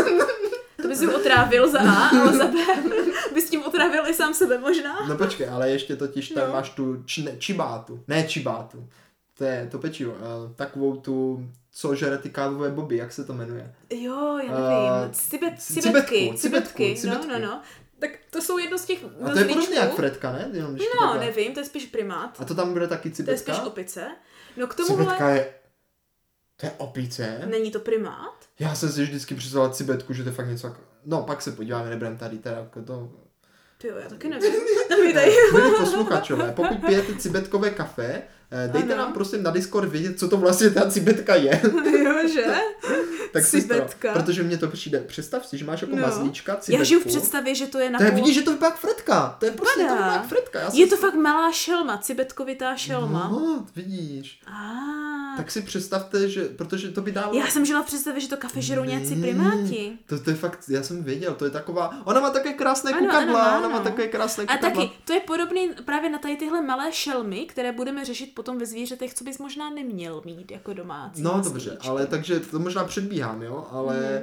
to bys ju otrávil za A, ale za B bys tím otrávil i sám sebe možná. No počkej, ale ještě totiž tam No. máš tu č- čibátu. Ne čibátu. To je to pečivo. Uh, takovou tu, co žere ty kávové boby, jak se to jmenuje? Jo, já nevím. Uh, Cibet, c- cibetky, cibetku, cibetky, cibetku. no, no, no. Tak to jsou jedno z těch A to je mazlíčků. podobně jak Fredka, ne? Jenom když to No, takhle- nevím, to je spíš primát. A to tam bude taky To je cibetka? spíš opice. No k tomuhle Cibetka je... To je opice? není to primát. Já jsem si vždycky představila cibetku, že to je fakt něco jako... No, pak se podíváme, nebudem tady teda jako to... Ty jo, já taky nevím. Nevídej. Milí posluchačové, pokud pijete cibetkové kafe, eh, dejte Ano. nám prosím na Discord vědět, co to vlastně ta cibetka je. Jo, že? Tak Cibetka. Sestro, protože mně to přijde. Představ si, že máš jako No. mazlíčka, cibetku. Já žiju v představě, že to je na To je, půl... vidíš, že to vypadá jak Fredka. To je prostě to Vypadá. vypadá jak Fredka. Já Je jsem to fakt malá šelma, cibetkovitá šelma. No, vidíš. Ah. Tak si představte, že, protože to by dávalo... Já jsem žila v představě, že to kafe žerou nějací Ne. primáti. To, to je fakt, já jsem věděl, to je taková, ona má také krásné Ano, kukadla, ano, ona má ano. také krásné A kukadla. taky, to je podobný právě na tady tyhle malé šelmy, které budeme řešit potom ve zvířetech, co bys možná neměl mít jako domácí. No mazlíčky. dobře, ale takže to možná předbíhám, jo, ale Mhm.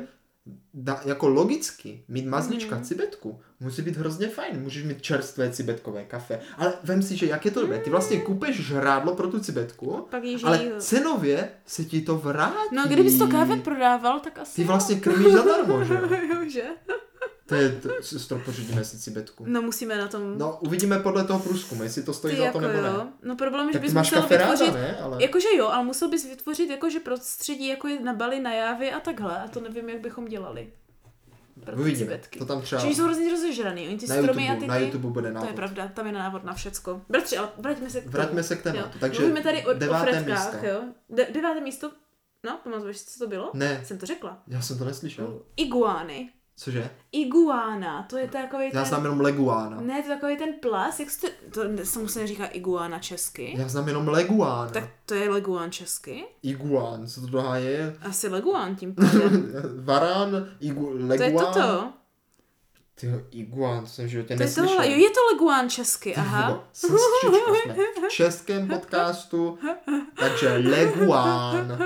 da, jako logicky mít mazlíčka mm. cibetku musí být hrozně fajn. Můžeš mít čerstvé cibetkové kafe. Ale vem si, že jak je to dobré. Ty vlastně kupeš žrádlo pro tu cibetku, ale jího. Cenově se ti to vrátí. No kdybys to káve prodával, tak asi... Ty vlastně krmíš zadarmo, že jo? že? To je, to, to pořídíme si cibetku. No musíme na tom... No uvidíme podle toho průzkumu, jestli to stojí Ty za jako to nebo jo. ne. No problém je, že tak bys máš musel kafe vytvořit... ráda, ne? Ale... Jakože jo, ale musel bys vytvořit jakože prostředí, jako je na Bali, na Jávě a takhle. A to nevím, jak bychom dělali. Uvidíme, to tam třeba... Čiže jsou hrozně rozežraný, oni ty na stromy YouTube, a ty... Na YouTube bude návod. To je pravda, tam je návod na všecko. Bratři, ale vraťme se k tomu. Vraťme se k tématu, takže mluvíme tady o, deváté o fretkách, místo. jo. De- deváté místo, no, pamatuješ, co to bylo? Ne. Jsem to řekla. Já jsem to neslyšel. Iguány. Cože? Iguána, to je takový Já ten... znám jenom leguána. Ne, to je takový ten plas, jak se to... To se musím říkat iguána česky. Já znám jenom leguána. Tak to je leguán česky. Iguán, co to druhá je? Asi leguán tím pádem. Varán, igu, leguán. To je toto. Tyjo, iguán, to jsem v životě to neslyšel. Je tohle, jo, je to leguán česky, aha. Sestřička jsme v českém podcastu, takže leguán.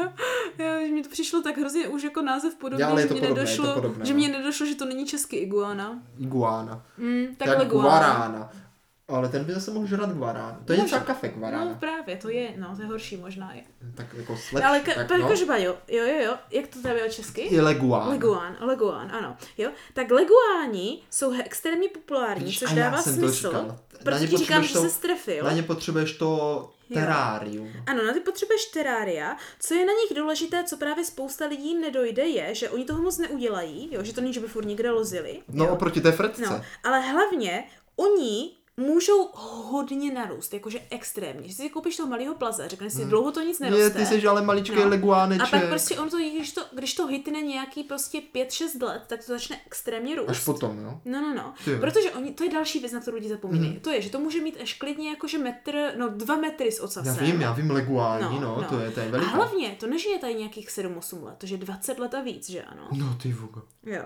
Já, mi to přišlo tak hrozně už jako název podobný, Já, ale že, je to mě podobné, nedošlo, je to podobné, že no. mě nedošlo, že to není česky iguána. Iguána. Mm, tak tak leguán. guarána. Ale ten by zase mohl žrat guarán. To je něco kafe guarána. No právě, to je, no, to je horší možná. Je. Tak jako slepší. Ale ka- tak, tak no. jakože, jo, jo, jo, jo, jak to tady bylo česky? Je leguán. Leguán, leguán, ano. Jo, tak leguáni jsou extrémně populární, Víš, což a já dává jsem to smysl. říkal. Protože ti říkám, že se strefil. Na ně potřebuješ to terárium. Ano, na ty potřebuješ terária. Co je na nich důležité, co právě spousta lidí nedojde, je, že oni toho moc neudělají, jo, že to není, že by furt někde lozili. No jo. oproti té fretce. No, ale hlavně oni můžou hodně narůst, jakože extrémně. Když si koupíš toho malého plaza, řekneš si, hmm. dlouho to nic neroste. Je, ty jsi ale maličký no. leguáneček. A pak prostě on to, když to, když to hitne nějaký prostě pět šest let, tak to začne extrémně růst. Až potom, jo? No, no, no. Ty. Protože oni, to je další věc, na kterou lidi zapomínají. Hmm. To je, že to může mít až klidně jakože metr, no dva metry s ocasem. Já vím, já vím leguáni, no, no, no, to je, to je veliká. A hlavně, to nežije tady nějakých sedm osm let, to je dvacet let a víc, že ano? No ty vogo. Jo.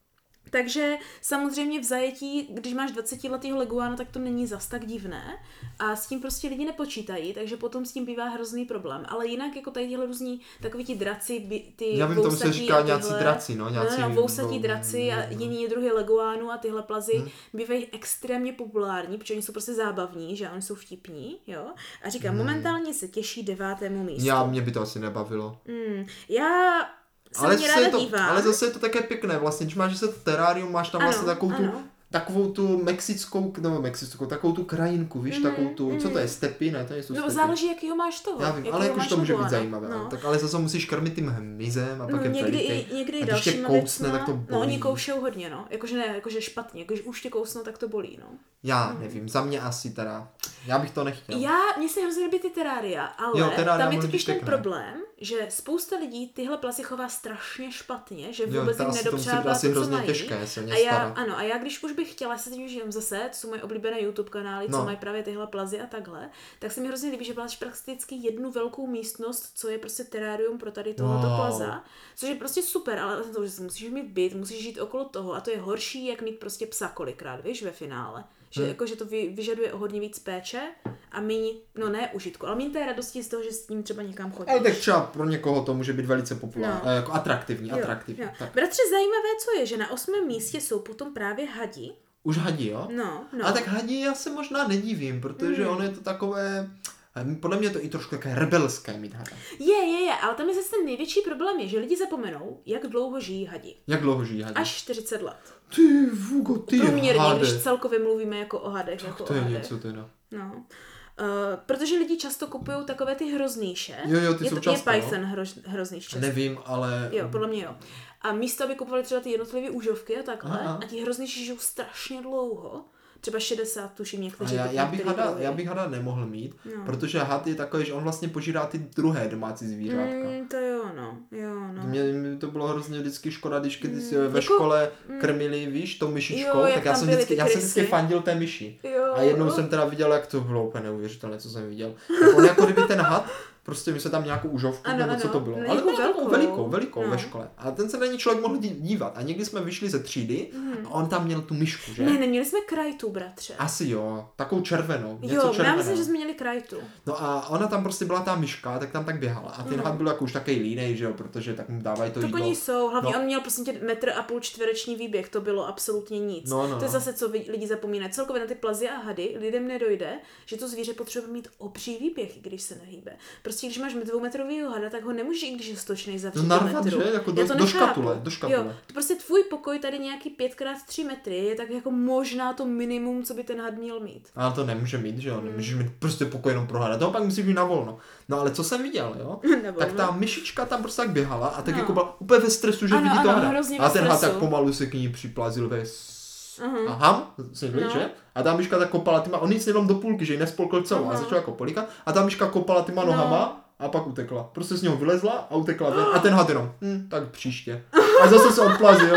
Takže samozřejmě v zajetí, když máš dvacetiletýho leguána, tak to není zas tak divné a s tím prostě lidi nepočítají, takže potom s tím bývá hrozný problém. Ale jinak jako tady tyhle různí takový ti draci, ty já vím, tomu se říká nějací draci, no, nějací... No, no, vousatí draci a jiný druhy leguánů a tyhle plazy hmm. bývají extrémně populární, protože oni jsou prostě zábavní, že oni jsou vtipní, jo. A říkám, hmm. momentálně se těší devátému místu. Já, mě by to asi nebavilo. Hmm. Já... Ale zase, to, ale zase je to také pěkné, vlastně, když máš zase terárium, máš tam ano, vlastně takovou ano. tu, takovou tu mexickou, nebo mexickou, takovou tu krajinku, víš, mm, takovou tu, mm. co to je, stepy, ne, to nejsou no, stepy. záleží, jakýho máš toho. Já vím, ale jakož to může být zajímavé, no. tak ale zase musíš krmit tím hmyzem a pak no, je někdy veliký. I, někdy a když tě kousne, tak to bolí. No, oni koušou hodně, no, jakože ne, jakože špatně, jakože už tě kousnou, tak to bolí, no. Já nevím, za mě asi teda, já bych to nechtěl. Já, mně se hrozně líbí ty terária, ale jo, terária tam je totiž ten problém, že spousta lidí tyhle plasy chová strašně špatně, že vůbec jim nedopřává to, co mají. Těžké se a já, ano, a já když už bych chtěla, se tím žijem zase, to jsou moje oblíbené YouTube kanály, no. co mají právě tyhle plazy a takhle, tak se mi hrozně líbí, že máš prakticky jednu velkou místnost, co je prostě terárium pro tady tohoto wow. plaza, což je prostě super, ale to, že musíš mít byt, musíš žít okolo toho a to je horší, jak mít prostě psa kolikrát, víš, ve finále. Že, hmm. jako, že to vy, vyžaduje o hodně víc péče a míň, no ne užitku, ale míň té radosti z toho, že s ním třeba někam chodíš. Ale tak třeba pro někoho to může být velice populární, no. jako atraktivní, jo, atraktivní. Jo. Tak. Bratře, zajímavé, co je, že na osmém místě jsou potom právě hadi. Už hadi, jo? No, no. A tak hadi já se možná nedivím, protože hmm. ono je to takové... Podle mě je to i trošku také rebelské mít hada. Je, je, je, ale tam je zase ten největší problém je, že lidi zapomenou, jak dlouho žijí hadi. Jak dlouho žijí hadi? Až čtyřicet let. Ty Vugo, ty průměrně, hade. Když celkově mluvíme jako o hadech. Tak jako to je o hadech. něco teda. No. Uh, protože lidi často kupují takové ty hroznýše. Jo, jo, ty je jsou to, často, je Python hroz, hroznýš často. Nevím, ale... Jo, podle mě jo. A místo, aby kupovali třeba ty jednotlivé úžovky a takhle, Aha. a ti hroznýši žijou strašně dlouho. Třeba šedesát, tuším někteří. Já, já, bych hada, já bych hada nemohl mít, no. protože had je takový, že on vlastně požírá ty druhé domácí zvířátka. Mm, to jo, no. Jo, no. Mě, mě to bylo hrozně vždycky škoda, když když mm, si ve jako, škole mm, krmili, víš, tou myšičkou, jo, tak já jsem, vždycky, já jsem vždycky fandil té myši. Jo. A jednou jsem teda viděl, jak to bylo úplně neuvěřitelné, co jsem viděl. Tak on jako kdyby ten had prostě my jsme tam nějakou užovku, ano, nebo ano. co to bylo. Není Ale bylo velkou. takovou velikou, velikou no. ve škole. A ten se na ní člověk mohl dívat. A někdy jsme vyšli ze třídy mm. a on tam měl tu myšku, že? Ne, neměli jsme krajtu, bratře. Asi jo, takovou červenou. Něco jo, červenou. já myslím, že jsme měli krajtu. No a ona tam prostě byla ta myška, tak tam tak běhala. A ten mm. had byl jako už takový línej, že jo, protože tak mu dávají to tak jídlo. oni jsou, hlavně no. on měl prostě metr a půl čtvereční výběh, to bylo absolutně nic. No, no, to je no. zase, co lidi zapomínají. Celkově na ty plazy a hady lidem nedojde, že to zvíře potřebuje mít obří výběh, když se nehýbe. Prostě když máš dvoumetrovýho hada, tak ho nemůžeš, i když je stočnej zavřít no, do narvat, metru. že? Jako do, do škatule, do škatule. Jo, to prostě tvůj pokoj tady nějaký pět krát tři metry je tak jako možná to minimum, co by ten had měl mít. Ale to nemůže mít, že jo, nemůžeš mít prostě pokoj jenom pro hada, toho pak musíš mít na volno. No ale co jsem viděl, jo, tak ta myšička tam prostě tak běhala a tak no. jako byla úplně ve stresu, že ano, vidí ano, to hada. A ten had tak pomalu se k ní připlazil ve uh-huh. a ham, snědli, no. že? A ta myška tak kopala tyma, on nic jenom do půlky, že ji nespolkl celou uh-huh. a začala jako polikat a ta myška kopala tyma nohama no. a pak utekla. Prostě z něho vylezla a utekla ven a ten had jenom, hm, tak příště. A zase se odplazil.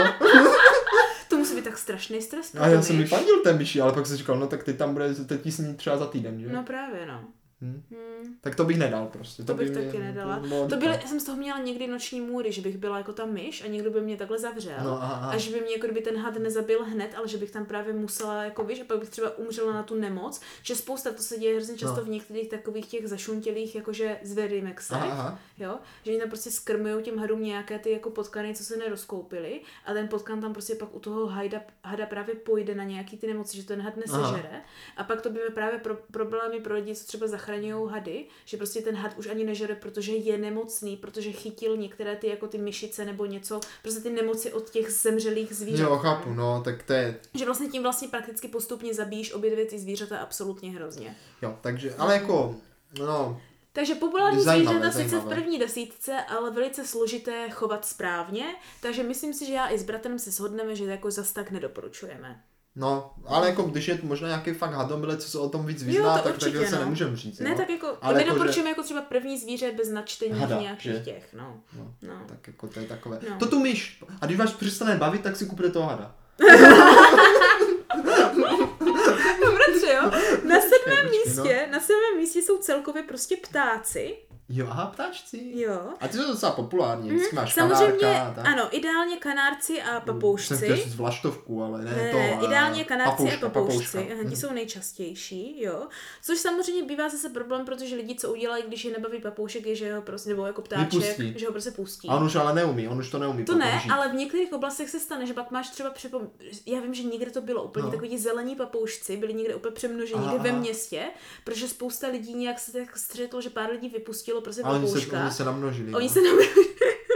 To musí být tak strašný stres. A já jsem mi fandil ten myši, ale pak jsem říkal, no tak ty tam bude, teď ti sní třeba za týden, že? No právě, no. Hmm. Hmm. Tak to bych nedal prostě. To, to bych by taky mě, nedala. To, to byly, já jsem z toho měla někdy noční můry, že bych byla jako ta myš a někdo by mě takhle zavřel. No, aha, aha. A že by mě jako kdyby ten had nezabil hned, ale že bych tam právě musela, jako víš, a pak bych třeba umřela na tu nemoc. Že spousta, to se děje hrozně často no. v některých takových těch zašuntělých, jakože zverimexech, jo, že oni tam prostě skrmujou těm hadům nějaké ty jako potkany, co se nerozkoupily a ten potkan tam prostě pak u toho hada, hada právě pojde na nějaký ty nemoci, že ten had nesežere. Aha. A pak to by právě pro, problémy pro lidi, co třeba zachraňují hady, že prostě ten had už ani nežere, protože je nemocný, protože chytil některé ty jako ty myšice nebo něco, prostě ty nemoci od těch zemřelých zvířat. Jo, chápu, no, tak to je... Že vlastně tím vlastně prakticky postupně zabíjíš obě dvě ty zvířata absolutně hrozně. Jo, takže, ale jako, no... Takže populární zvířata sice v první desítce, ale velice složité chovat správně, takže myslím si, že já i s bratrem se shodneme, že jako zas tak nedoporučujeme. No, ale jako když je možná nějaký fakt hadomilec, co se o tom víc vyzná, jo, tak určitě, tak se no. nemůžeme říct. Ne, jo? tak jako, ale my jako, doporučujeme že... jako třeba první zvíře bez načtení hada, nějakých že? těch, no. No, no. Tak jako to je takové. No. To tu myš. A když vás přestane bavit, tak si kupte toho hada. Bratře, jo. Na sedmém místě, no. na sedmém místě jsou celkově prostě ptáci. Jo, aha, ptáčci. Jo. A ty jsou docela populární, vždycky máš samozřejmě, kanárka. Tak. ano, ideálně kanárci a papoušci. Jsem chtěl říct vlaštovku, ale ne, ne to. Ne, ideálně kanárci papouška, a papoušci, papouška. Aha, ti jsou nejčastější, jo. Což samozřejmě bývá zase problém, protože lidi, co udělají, když je nebaví papoušek, je, že ho prostě, nebo jako ptáček, Vypustí. že ho prostě pustí. A on už ale neumí, on už to neumí. To ne, žít. Ale v některých oblastech se stane, že pak máš třeba přepom... já vím, že někde to bylo úplně, no. Takový ti zelení papoušci byli někde úplně přemnožení, někde ve městě, protože spousta lidí nějak se tak střetlo, že pár lidí vypustilo prostě papouška. Oni se namnožili. Oni no. se namnožili.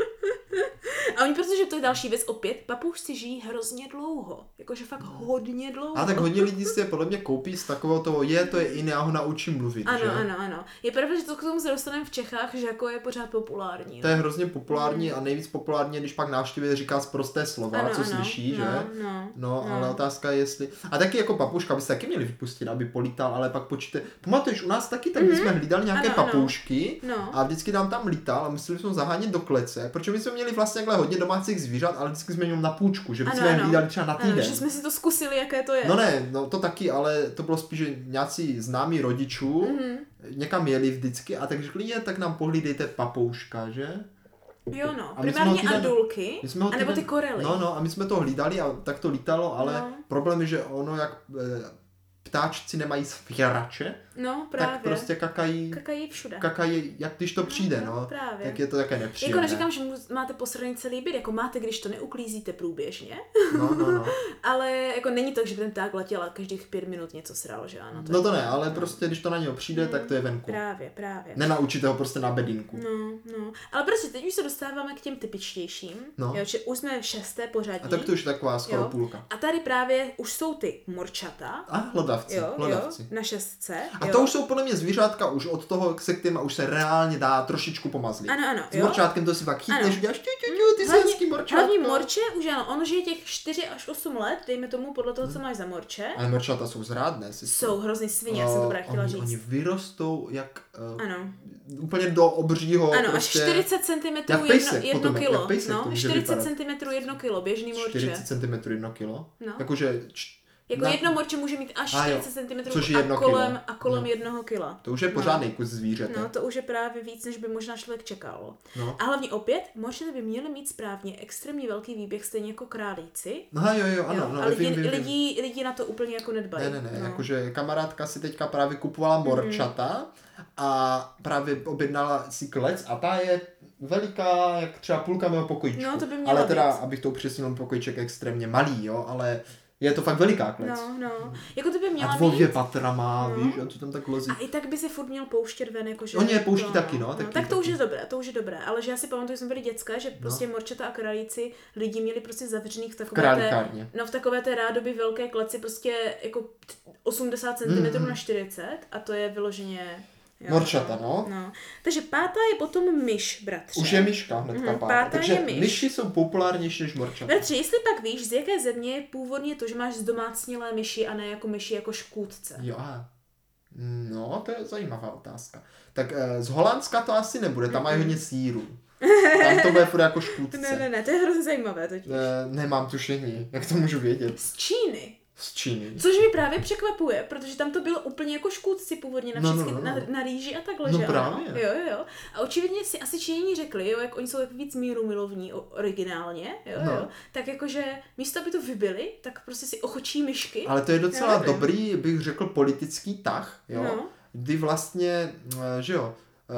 A oni, protože to je další věc, opět, papoušci žijí hrozně dlouho. Jakože fakt hodně dlouho. A tak hodně lidí si je podle mě koupí z takového toho, je, to je jiné, já ho naučím mluvit, ano, že? Ano, ano, Je pravda, že to k tomu se dostaneme v Čechách, že jako je pořád populární. To je hrozně populární a nejvíc populární, když pak návštěvě říká prosté slova, ano, co ano, slyší, no, že? No, no, no, ale otázka je, jestli... A taky jako papouška by se taky měli vypustit, aby polítal, ale pak počíte... Pamatuješ, u nás taky, tak my mm-hmm. jsme hlídali nějaké ano, papoušky no. a vždycky tam tam lítal a museli jsme zahánět do klece, protože my jsme měli vlastně takhle hodně domácích zvířat, ale vždycky jsme jenom na půjčku, že jsme je hlídali třeba na týden. Ano, že jsme si to zkusili, jaké to je. No ne, no to taky, ale to bylo spíš, že nějací známí rodičů mm-hmm. někam jeli vždycky a tak řekli, je, tak nám pohlídejte papouška, že? Jo no, a primárně týden, adulky, anebo ty korely. No no, a my jsme to hlídali a tak to lítalo, ale no. Problém je, že ono jak ptáčci nemají svěrače, no, právě. Tak prostě kakají, kakají všude. Kakají, jak když to přijde, no. no právě. Tak je to také nepříjemné. Jako neříkám, že máte posraný celý byt, jako máte, když to neuklízíte průběžně. No, no, no. Ale jako není to, že by ten pták letěl a každých pět minut něco sral, že ano. To no to ne, ale prostě když to na něho přijde, mm, tak to je venku. Právě, právě. Nenaučíte ho prostě na bedínku. No, no. Ale prostě teď už se dostáváme k těm typičtějším. No. Jo, že už jsme v šesté pořadí. A tak to už je taková skoro jo. půlka. A tady právě už jsou ty morčata. A hlodavci, jo, hlodavci. Jo, na šestce. A jo. to už jsou podle mě zvířátka už od toho, se kterýma už se reálně dá trošičku pomazlit. Ano, ano. S morčátkem to si fakt chytneš, uděláš ťu, ťu, ťu, ty hlavní, hezký morčátko. Hlavní morče, už ano, ono žije těch čtyři až osm let, dejme tomu podle toho, co máš za morče. Ale morčata jsou zrádné. Jsou hrozný svině, jak jsem to právě chtěla oni, říct. Oni vyrostou jak... Uh, ano. Úplně do obřího. Ano, prostě, až čtyřicet centimetrů jedno, jedno kilo. Pejsek, no, čtyřicet centimetrů jedno kilo, běžný morče. čtyřicet centimetrů jedno kilo? No. Jakože č- Jako Na... jedno morče může mít až čtyřicet centimetrů a kolem, a kolem no. jednoho kila. To už je pořádný no. kus zvířete. No, to už je právě víc, než by možná člověk čekal. No. A hlavně opět, morčata by měly mít správně extrémně velký výběh, stejně jako králíci. No jo, jo, ano. Jo? No, a lidi, vím, vím, lidi, vím. lidi na to úplně jako nedbají. Ne, ne, ne, no. jakože kamarádka si teďka právě kupovala morčata mm. a právě objednala si klec a ta je veliká, jak třeba půlka mého pokojíčku. No, to by ale teda, být. abych to upřesnil, pokojíček extrémně malý, jo, ale je to fakt veliká klec. No, no. Jako to by měla a dvě mít. patra má, no. víš, a co tam tak lozí. A i tak by si furt měl pouštět ven, jakože... Oni je pouští to, taky, no. no Taky, tak to taky. už je dobré, to už je dobré. Ale že já si pamatuju, že jsme byli děcka, že prostě no. morčata a králíci lidi měli prostě zavřených v takové v té... No v takové té rádoby velké kleci prostě jako osmdesát centimetrů mm. na čtyřicet a to je vyloženě... Jo, morčata, no. no. Takže pátá je potom myš, bratře. Už je myška hnedka mm, pátá. pátá Takže je myš. myši jsou populárnější než morčata. Bratře, jestli pak víš, z jaké země je původně to, že máš zdomácnilé myši a ne jako myši jako škůdce. Jo, aha. No, to je zajímavá otázka. Tak e, z Holandska to asi nebude, tam mají hodně sýru. Tam to bude furt jako škůdce. Ne, ne, ne, to je hrozně zajímavé totiž. E, nemám tušení, jak to můžu vědět. Z Číny. Z Číny. Což mi právě překvapuje, protože tam to bylo úplně jako škůdci původně na, no, všechny, no, no, no. na, na rýži a takhle, no, že právě. ano? Jo, jo, jo. A očividně si asi Číňani řekli, jo, jak oni jsou jako víc míru milovní originálně, jo, no. jo, tak jakože místo, aby to vybili, tak prostě si ochočí myšky. Ale to je docela jo, dobrý, bych řekl, politický tah, jo, no. kdy vlastně, že jo,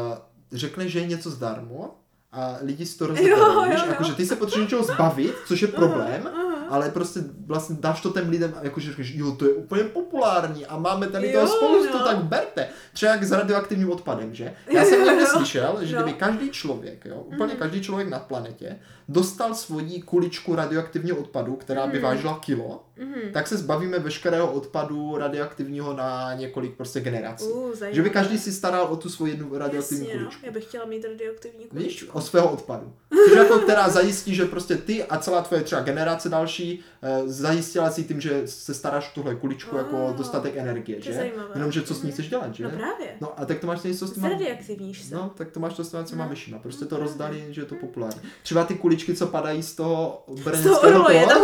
řekne, že je něco zdarma a lidi si to rozhodují, víš, jakože ty se potřebuješ něčeho zbavit, což je problém, aha, aha. ale prostě vlastně dáš to těm lidem, jakože řekneš, jo, to je úplně populární a máme tady jo, toho spoustu, no. tak berte. Třeba jak s radioaktivním odpadem, že? Já jsem někde slyšel, že no. kdyby každý člověk, jo, úplně mm. každý člověk na planetě dostal svoji kuličku radioaktivního odpadu, která by mm. vážila kilo, mm. tak se zbavíme veškerého odpadu radioaktivního na několik prostě generací. Uh, že by každý si staral o tu svoji jednu radioaktivní Jasně, kuličku. No. Já bych chtěla mít radioaktivní kuličku. Víš, o svého odpadu. Což jako, která zajistí, že prostě ty a celá tvoje třeba generace další eh, zajistila si tím, že se staráš o tuhle kuličku oh, jako dostatek energie, že? Zajímavé. Jenomže co s ní chceš dělat, že? No právě. No a tak to máš něco s těma... Radioaktivníš se. No, tak to máš to s těma no. myšima. Prostě no, to rozdali, že je to populární. Třeba ty kuličky, co padají z toho brněnského toho. Z toho tam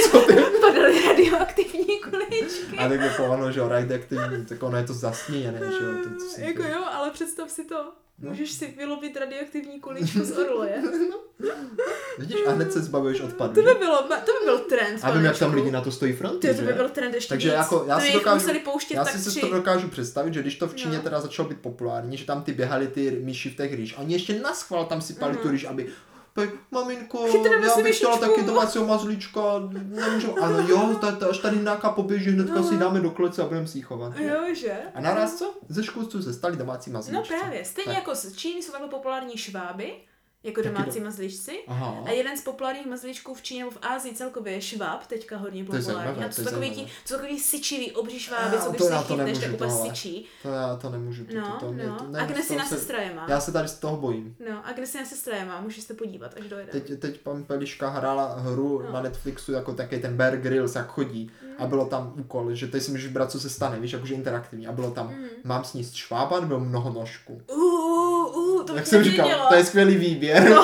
by padaly radioaktivní kuličky. A tak jako ono, že jo, radioaktivní, tak ono je to zasněněné, že jo. To, to jako jo, ale představ si to. No. Můžeš si vylobit radioaktivní kuličku z orloje. no. Vidíš, a hned se zbavuješ odpadu. To by, bylo, to by byl trend. A vím, jak tam lidi na to stojí fronty, to, to by byl trend ještě Takže víc. jako, já to si, dokážu, já tak si tři. to dokážu představit, že když to v Číně no. teda začalo být populární, že tam ty běhali ty myši v těch rýž. Oni ještě naschvál tam si pali uh-huh. tu rýž, aby maminko, já bych chtěla taky domácího mazlíčka, nemůžu, ano jo, až tady nějaká poběží, hnedka no. si dáme do klece a budeme si ji chovat. Jo, že? A naraz co? Ze škůdců se stali domácí mazlíčci. No právě, stejně tak. Jako z Číny jsou takhle populární šváby, jako domácí do... mazlíčci. Aha. A jeden z populárních mazlíčků v Číně nebo v Ázii celkově je šváb, teďka hodně populární. A to jsou takový ti, to jsou takový syčivý, obří šváby, co když se chytneš, tak úplně syčí. To já to nemůžu. To, no, to, to, no. To, to, Agnesina se... sestra je má. Já se tady z toho bojím. No, Agnesina sestra je má, můžeš se podívat, až dojde. Teď, teď pan Peliška hrála hru no. na Netflixu, jako taky ten Bear Grylls, jak chodí. Mm. A bylo tam úkol, že teď si můžeš brát, co se stane, víš, jakože interaktivní. A bylo tam, mm. mám sníst švába nebo mnohonožku. Uh, uh, to jak jsem říkal, to je skvělý výběr. No,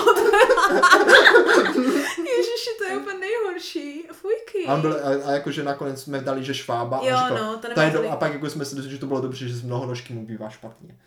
Ježiši, to je úplně nejhorší. Fujky. A, byl, a, a jakože nakonec jsme dali, že švába. Jo, a, říkal, no, to to je do, a pak jako jsme si dostali, že to bylo dobře, že z mnohonožky mu bývá špatně.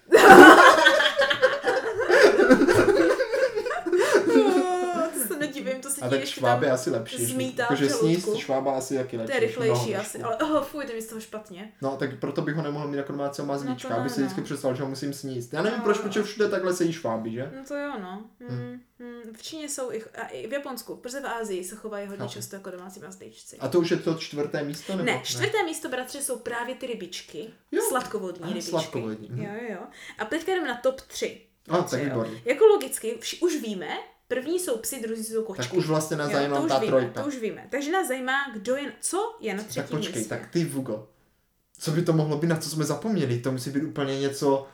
Nedivím, to se a tak šváb je asi lepší. Zmítá jakože sníst švába asi jaký lepší. To je rychlejší asi, ale oh, fuj, to mi z toho špatně. No, tak proto bych ho nemohl mít jako domácího mazlíčka, no aby si vždycky představil, že ho musím sníst. Já nevím, no, proč, protože všude takhle se jí šváby, že? No to jo, no. Hmm. Hmm. V Číně jsou i, a i v Japonsku, protože v Ázii se chovají hodně no. často jako domácí mazlíčci. A to už je to čtvrté místo? Nebo? Ne, čtvrté ne? místo, bratře, jsou právě ty rybičky. Jo. Sladkovodní a, rybičky. Sladkovodní. Jo, jo, jo. A teďka jdeme na top tři. A, tak výborný. Jako logicky, vš- už víme, první jsou psy, druzí jsou kočky. Tak už vlastně nás zajímá ta víme, trojka. To už víme. Takže nás zajímá, kdo je, co je na třetím místě. Tak počkej, místě. Tak ty Vugo. Co by to mohlo být, na co jsme zapomněli? To musí být úplně něco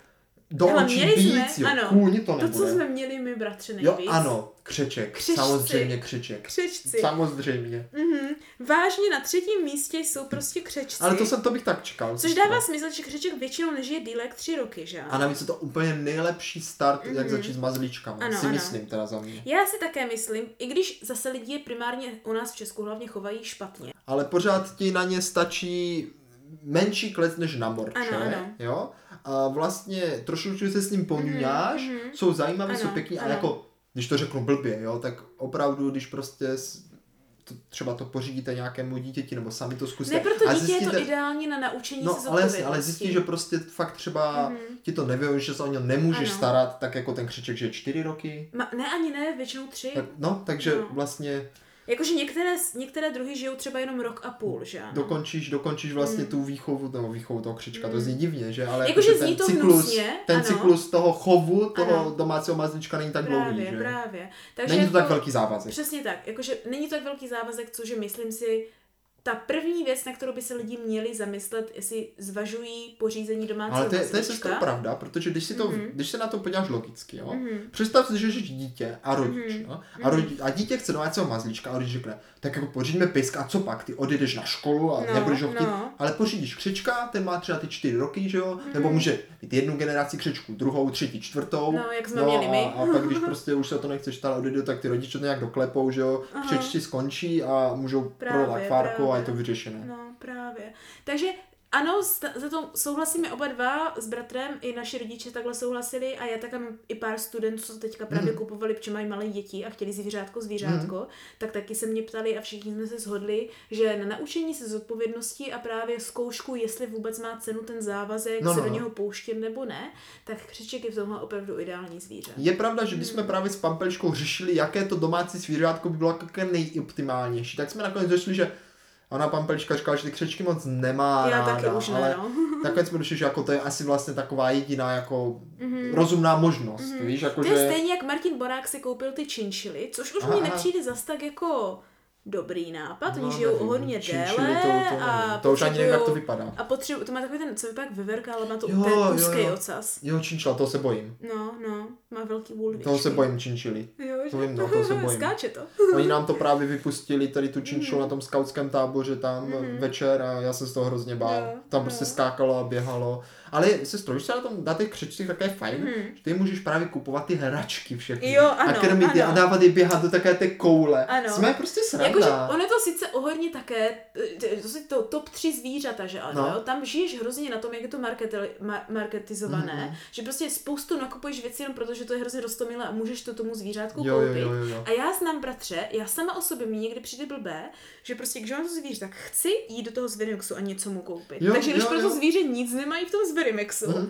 do Hele, očí měli víc, jsme, jo, ano, kůň to to, nebude. co jsme měli my, bratře, nejvíc. Jo, ano, křeček, Křečci. samozřejmě křeček. Křečci. Samozřejmě. Mhm. Vážně na třetím místě jsou prostě křečci. Ale to jsem, to bych tak čekal. Což dává smysl, že křeček většinou nežije díl jak tři roky, že ano? A navíc je to úplně nejlepší start, mm-hmm. jak začít s mazlíčkama, Ano, si ano. myslím teda za mě. Já si také myslím, i když zase lidi je primárně u nás v Česku hlavně chovají špatně. Ale pořád ti na ně stačí menší klec než na morče, Ano, ano. jo? A vlastně trošku se s ním poňuňáš, Mhm, mhm. jsou zajímavé, Ano, jsou pěkný, a ano. jako, když to řeknu blbě, jo, tak opravdu, když prostě s- to, třeba to pořídíte nějakému dítěti, nebo sami to zkuste. Ne, pro to a dítě je to zjistíte- ideální na naučení No, se ale jasně, zodpovědnosti. ale zjistí, že prostě fakt třeba Mhm. ti to nevyhoví, že se o něj nemůžeš Ano. starat, tak jako ten křeček, že je čtyři roky. Ma, ne, ani ne, většinou tři. Tak, no, takže No. vlastně Jakože některé, některé druhy žijou třeba jenom rok a půl, že ano? dokončíš, dokončíš vlastně Mm. tu výchovu, nebo výchovu toho křečka, to Mm. zní divně, že? Ale Jakože jakože zní to cyklus, hnusně, ten ano. cyklus toho chovu, toho Ano. domácího mazlíčka není tak dlouhý, Právě, že? právě. Takže Není to jako, tak velký závazek. Přesně tak, jakože není to tak velký závazek, cože myslím si, ta první věc, na kterou by se lidi měli zamyslet, jestli zvažují pořízení domácího Ale to je, to je mazlíčka. sestro pravda, protože když, si to, Mhm. když se na to podíváš logicky, jo? Mhm. Představ si, že jsi dítě a rodič, Mhm. jo? A, rodič, a dítě chce domácího mazlíčka a rodič řekne, tak jako pořídíme pejska a co pak, ty odejdeš na školu a No, nebudeš ho chtít, no. ale pořídíš křečka, ten má třeba ty čtyři roky, že jo? Mhm. Nebo může mít jednu generaci křečku, druhou, třetí, čtvrtou. No, jak jsme no, měli my. a, a pak když prostě už se to nechceš stát odejde, tak ty rodiče to nějak doklepou, že jo? Aha. Křečci skončí a můžou Právě, prodat fárku a právě. je to vyřešené. No, právě. Takže ano, sta- za to souhlasíme oba dva s bratrem, i naši rodiče takhle souhlasili a já tak mám i pár studentů, co teďka právě Mhm. kupovali, protože mají malé děti a chtěli zvířátko, zvířátko, tak taky se mě ptali a všichni jsme se shodli, že na naučení se zodpovědnosti a právě zkoušku, jestli vůbec má cenu ten závazek No, se no, do no. něho pouštět nebo ne, tak křeček je v tomhle opravdu ideální zvíře. Je pravda, že když Hmm. jsme právě s Pampeličkou řešili, jaké to domácí zvířátko by bylo jaké nejoptimálnější, tak jsme nakonec došli, že ona Pampelička říkala, že ty křečky moc nemá Já ráda, taky už ne, ale no. nakonec jsme došli, že jako to je asi vlastně taková jediná jako Mhm. rozumná možnost, Mhm. víš, jako To je že... stejně, jak Martin Borák si koupil ty činčily, což už Aha, mi aha. nepřijde zas tak jako dobrý nápad. No, Oni žijou nevím, hodně činčily, déle to, to, a nevím. To už ani nevím, jak to potřebujou- vypadá. A potřebuji, to má takový ten, co vypadá jak veverka, ale má to Jo, ten jo, úzký jo. ocas. Jo, činčila, toho se bojím. No, no, má velký vůl. Toho se bojím činčily. Jo, že? To vím, no, toho se bojím. Skáče to. Oni nám to právě vypustili, tady tu činčilu na tom skautském táboře tam Mhm. večer a já jsem z toho hrozně bál. Jo, Tam jo. prostě skákalo a běhalo. Ale sestro, víš, co na tom na těch křečcích také je fajn, Mhm. že ty můžeš právě kupovat ty hračky všechny. Jo, a ano, krmit je a ano. dávat je běhat do takové té koule. Ano. Jsme prostě sranda. Jakože ono je to sice ohodně také, eh, to jsou to top tři zvířata, že ano, No. jo? Tam žiješ hrozně na tom, jak je to marketili, ma, marketizované, Mhm. že prostě spoustu nakupuješ věci jenom proto, že to je hrozně roztomilé a můžeš to tomu zvířátku Jo, jo, koupit. jo, jo, jo. A já znám, bratře, já sama o sobě mi někdy přijde blbé, že prostě, když mám to zvíře, tak chci jít do toho Zverimexu a něco mu koupit. Jo, Takže když jo, pro jo. to zvíře nic nemají v tom Zverimexu, Mhm.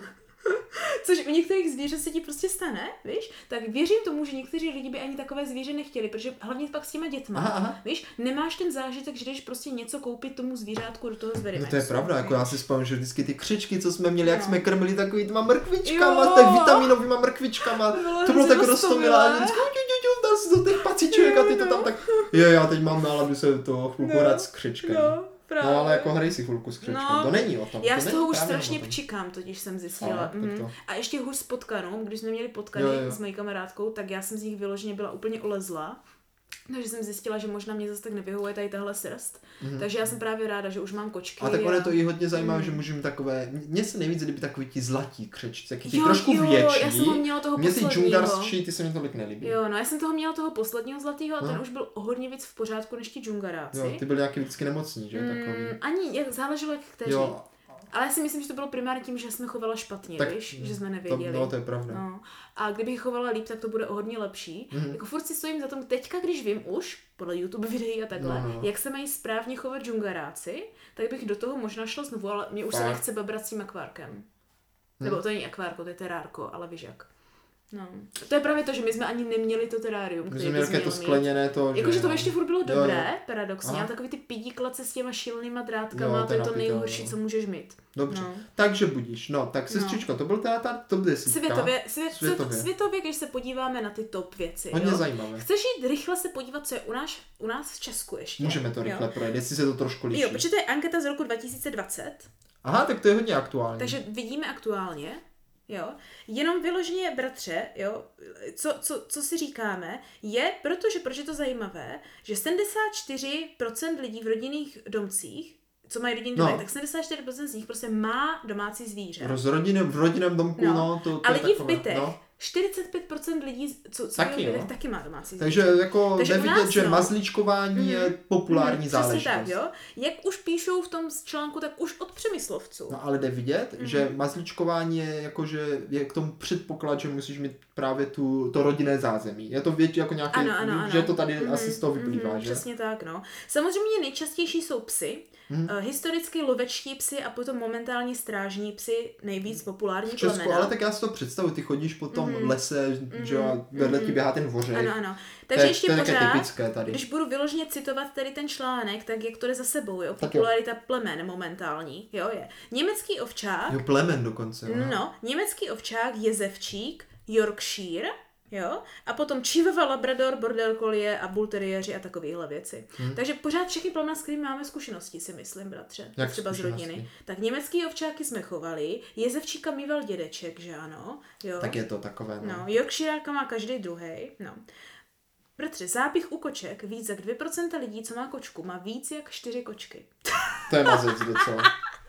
což u některých zvířat se ti prostě stane, víš, tak věřím tomu, že někteří lidi by ani takové zvíře nechtěli, protože hlavně pak s těma dětma, Aha, aha. víš, nemáš ten zážitek, že jdeš prostě něco koupit tomu zvířátku do toho No Zverimexu. to je pravda, jako já si vzpomínám, že vždycky ty křečky, co jsme měli, jak No. jsme krmili takovýma mrkvičkama, Jo. s tak vitaminovýma mrkvičkama, To bylo to bylo hrozně tak roztomilé a roztomilé. vždycky, "Ťu, ťu, ťu, dal si do těch paciček a ty to Jo, tam no. tak, je, já teď mám náladu se to chvilku No, hrát s křečkem. No, právě. No ale jako hrej si chvilku s křečkem, No. to není o tom. Já to z není toho už právě strašně o tom. pčikám, totiž jsem zjistila. Fakt, tak Mhm. to. A ještě hůř s potkanou, když jsme měli potkany Jo, jo. s mojí kamarádkou, tak já jsem z nich vyloženě byla úplně olezla. Takže jsem zjistila, že možná mě zase tak nevyhovuje tady tahle srst. Mhm. Takže já jsem právě ráda, že už mám kočky. A tak ono je to i hodně zajímavé, Mm. že můžeme takové, mně se nejvíc líbí takový ti zlatí křečci, taky ti Jo, trošku jo, větší. já jsem ho měla toho Mně ty posledního. džungarský, ty se mi tolik nelíbí. Jo, no já jsem toho měla toho posledního zlatého a ten No. už byl o hodně víc v pořádku než ti džungaráci. Jo, ty byly nějaký vždycky nemocní, že? Takový. Mm, ani, jak záleželo jak kteří. Jo, Ale já si myslím, že to bylo primárně tím, že jsme chovala špatně, Tak, víš? Že jsme to, nevěděli. no to je pravda. No. A kdybych chovala líp, tak to bude o hodně lepší. Mhm. Jako furt si stojím za tom, teďka když vím už, podle YouTube videí a takhle, No, no. jak se mají správně chovat džungaráci, tak bych do toho možná šla znovu, ale mě už se Fakt? nechce babrat s tím akvárkem. Nebo to není akvárko, to je terárko, ale víš jak. No. To je právě to, že my jsme ani neměli to terárium, My který jsme bys měli také to měl mít. skleněné to, že... Jakože to ještě furt bylo Jo, dobré, jo. paradoxně, Aha. ale takový ty pidí klece s těma šílenýma drátkama, Jo, to je to ten nejhorší, napitel, co no. můžeš mít. Dobře, No. takže budíš. No, tak sestřičko, to byl teda ta top desítka. Světově, svět, Světově. světově. světově, když se podíváme na ty top věci. Hodně jo? zajímavé. Chceš jít rychle se podívat, co je u nás, u nás v Česku ještě? Můžeme to rychle jo? projet, jestli se to trošku liší. Jo, protože to je anketa z roku dva tisíce dvacet, Aha, tak to je hodně aktuální. takže vidíme aktuálně, jo, jenom vyloženě, bratře, jo, co, co, co si říkáme, je, protože, proč je to zajímavé, že sedmdesát čtyři procent lidí v rodinných domcích, co mají rodinný domek, no. tak sedmdesát čtyři procent z nich prostě má domácí zvíře. Roz rodinem, v rodinném domku, no, no to, to a lidi takové, v bytech, no. čtyřicet pět procent lidí, co, co taky, v bytech, no. taky má domácí Takže zvíře. jako Takže jde vidět, nás, že no. mazlíčkování mm. je populární mm, záležitost. Tak, jo. Jak už píšou v tom článku, tak už od Přemyslovců. No ale jde vidět, mm. že mazlíčkování je jako, že je k tomu předpoklad, že musíš mít právě tu, to rodinné zázemí. Je to větší jako nějaké, ano, ano, ano. že to tady mm, asi z toho vyplývá, mm, že? Přesně tak, no. Samozřejmě nejčastější jsou psy, mm. uh, historicky lovečtí psy a potom momentálně strážní psy, nejvíc populární v Česku, plemena. ale tak já si to představuji, ty chodíš po tom mm. lese, mm. že jo, vedle ti běhá ten dvořek. Ano, ano. Takže to, ještě to je pořád, typické tady. když budu vyloženě citovat tady ten článek, tak jak to jde za sebou, jo, popularita jo. plemen momentální, jo, je. Německý ovčák. Jo, plemen dokonce. Jo. No, německý ovčák, jezevčík, Yorkshire, jo, a potom Chihuahua, Labrador, Border Collie a Bull Terrieri a takovéhle věci. Hmm. Takže pořád všechny plemena, s kterými máme zkušenosti, si myslím, bratře. Jak třeba z rodiny. Tak německý ovčáky jsme chovali, jezevčíka mýval dědeček, že ano, jo. Tak je to takové, no. No, Yorkshireáka má každý druhej, no. Bratře, zápich u koček, víc jak dvě procenta lidí, co má kočku, má víc jak čtyři kočky. To je mazec docela.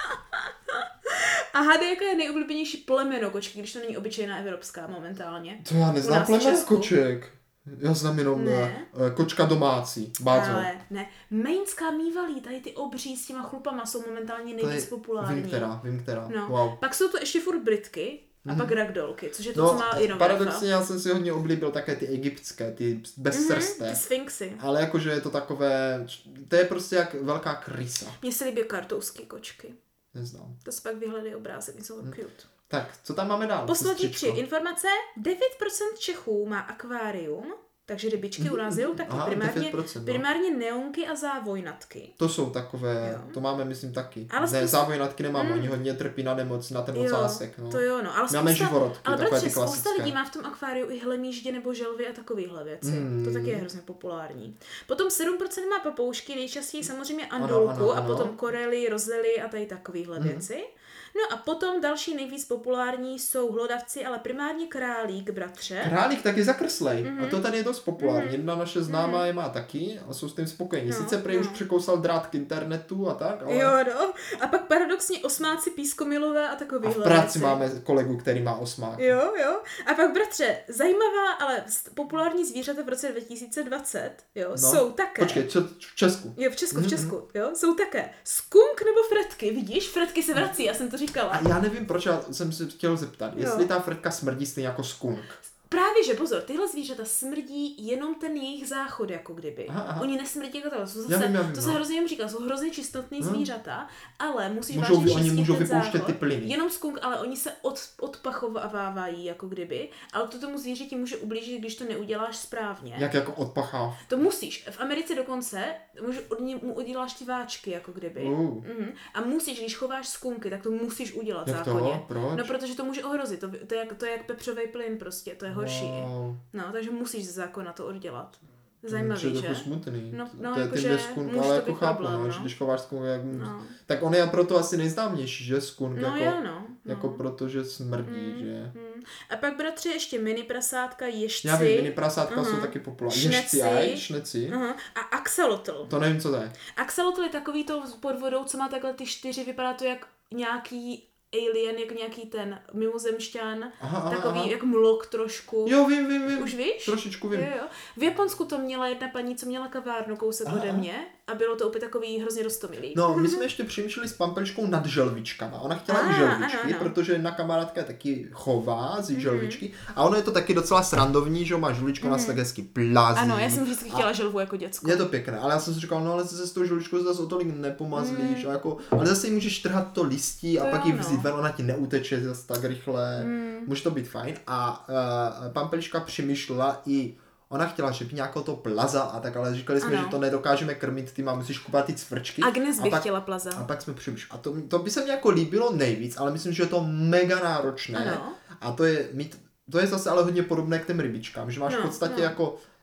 A hádej, jaká je nejoblíbenější plemeno kočky, když to není obyčejná evropská momentálně. To já neznám plemeno koček. Já znám jenom ne. kočka domácí, bázo. Ale ne, Mainská mývalí, tady ty obří s těma chlupama jsou momentálně nejvíc je, populární. Vím která, vím která. No. Wow. Pak jsou to ještě furt Britky a mm. pak ragdolky, což je to, no, co má jenom paradoxně já jsem si hodně oblíbil také ty egyptské, ty bezsrsté. Mm-hmm, ty sfinxy. Ale jakože je to takové, to je prostě jak velká krysa. Mně se líbí kartousky kočky. Neznám. To se pak vyhledej obrázek, jsou hmm. cute. Tak, co tam máme dál? Poslední tři informace. devět procent Čechů má akvárium, takže rybičky u nás jel taky. Aha, primárně, no. primárně neonky a závojnatky. To jsou takové, jo. To máme myslím taky. Ale ne, spousta... závojnatky nemáme, mm. oni hodně trpí na nemoc, na ten ocásek. No. To jo, no. Ale máme spousta, živorodky, ale takové bratře, ty klasické. Spousta lidí má v tom akváriu i hlemýždě nebo želvy a takovýhle věci. Mm. To taky je hrozně populární. Potom sedm procent má papoušky, nejčastěji samozřejmě andulku ano, ano, ano. a potom korely, rozely a tady takovýhle mm. věci. No a potom další nejvíc populární jsou hlodavci, ale primárně králík, bratře. Králík taky zakrslej. Mm-hmm. A to tady je dost populární. Mm-hmm. Jedna naše známá mm-hmm. je má taky a jsou s tím spokojení. No, Sice prej no. už překousal drát k internetu a tak, ale... Jo, no. A pak paradoxně osmáci, pískomilové a takovýhle A v práci věci. Máme kolegu, který má osmák. Jo, jo. A pak, bratře, zajímavá, ale populární zvířata v roce dva tisíce dvacet, jo, no. jsou také... Počkej, čo, v Česku. Jo, v Česku, v Česku, mm-hmm. jo, jsou také skunk nebo fretky, vidíš? Fretky se vrací, já jsem to říkala. A já nevím, proč já jsem se chtěl zeptat, jo. jestli ta fretka smrdí stejně jako skunk. Právě, že pozor, tyhle zvířata smrdí jenom ten jejich záchod, jako kdyby. Aha, aha. Oni nesmrdí jako tohle. Jsou zase, já vím, já vím, to se no. hrozně jim říká, jsou hrozně čistotný hmm. zvířata, ale musíš můžou, vážně oni můžou ten vypouštět záchod. ty plyny. Jenom skunk, ale oni se od, odpachovávají, jako kdyby, ale to tomu zvířeti může ublížit, když to neuděláš správně. Jak jako odpacháv? To musíš. V Americe dokonce může od něj, mu uděláš ty váčky, jako kdyby. Uh. Mm. A musíš, když chováš skunky, tak to musíš udělat jak zákonně. To? Proč? No, protože to může ohrozit. To, to, je, jak, to je jak pepřový plyn prostě, to je horší. Wow. No, takže musíš ze zákona to oddělat. Zajímavý, že? že? To je smutný. No, no to je jako, ten že skunk, ale jako chápu, problém, no, no. že když chováš skunk, jak no. tak on je proto asi nejznámější, že skunk, no, jako, jo, no, no. jako protože smrdí, mm, že? Mm. A pak, bratře, ještě mini prasátka, ježci. Já vím, mini prasátka uh-huh. jsou taky populární. Ježci, aj, šneci. Uh-huh. A axolotl. To nevím, co to je. Axolotl je takový to pod vodou, co má takhle ty čtyři, vypadá to jak nějaký alien, jak nějaký ten mimozemšťan, aha, aha, takový aha. jak mlok trošku. Jo, vím, vím, vím. Už víš? Trošičku vím. Jo, jo. V Japonsku to měla jedna paní, co měla kavárnu kousek ode mě a bylo to opět takový hrozně roztomilý. No, my jsme ještě přemýšleli s Pampeliškou nad želvičkama. Ona chtěla ah, i želvičky, ano, ano. protože jedna kamarádka taky chová z mm. želvičky a ono je to taky docela srandovní, že má želvička, mm. nás tak hezky plází. Ano, já jsem vždycky chtěla a želvu jako děcko. Je to pěkné, ale já jsem si říkal, no ale se s tou želvičkou zase o tolik nepomazlíš mm. a jako, ale zase jí můžeš trhat to listí a to pak jo, ji vzít no. ven, ona ti neuteče zase tak rychle. Mm. Může to být fajn a uh, Pampeliška přemýšlela i ona chtěla, že by nějakého to plaza a tak, ale říkali jsme, ano. že to nedokážeme krmit, ty mám, musíš kupovat ty cvrčky. Agnes by pak, chtěla plaza. A pak jsme přemýšleli. A to, to by se mi jako líbilo nejvíc, ale myslím, že je to mega náročné. Ano. A to je mít, to je zase ale hodně podobné k těm rybičkám, že máš no, v podstatě no. jako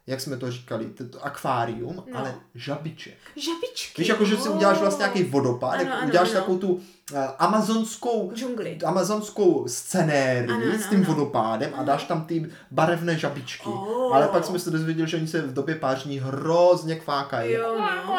jak jsme to říkali, to akvárium, No. ale žabiček. Žabičky. Víš, jako že si uděláš vlastně nějaký vodopád, Ano, tak ano, uděláš ano. takovou tu uh, amazonskou Džungli. amazonskou scenérii Ano, ano, s tím ano. vodopádem a dáš tam ty barevné žabičky. Oh. Ale pak jsme se dozvěděli, že oni se v době páření hrozně kvákají. Jo, no.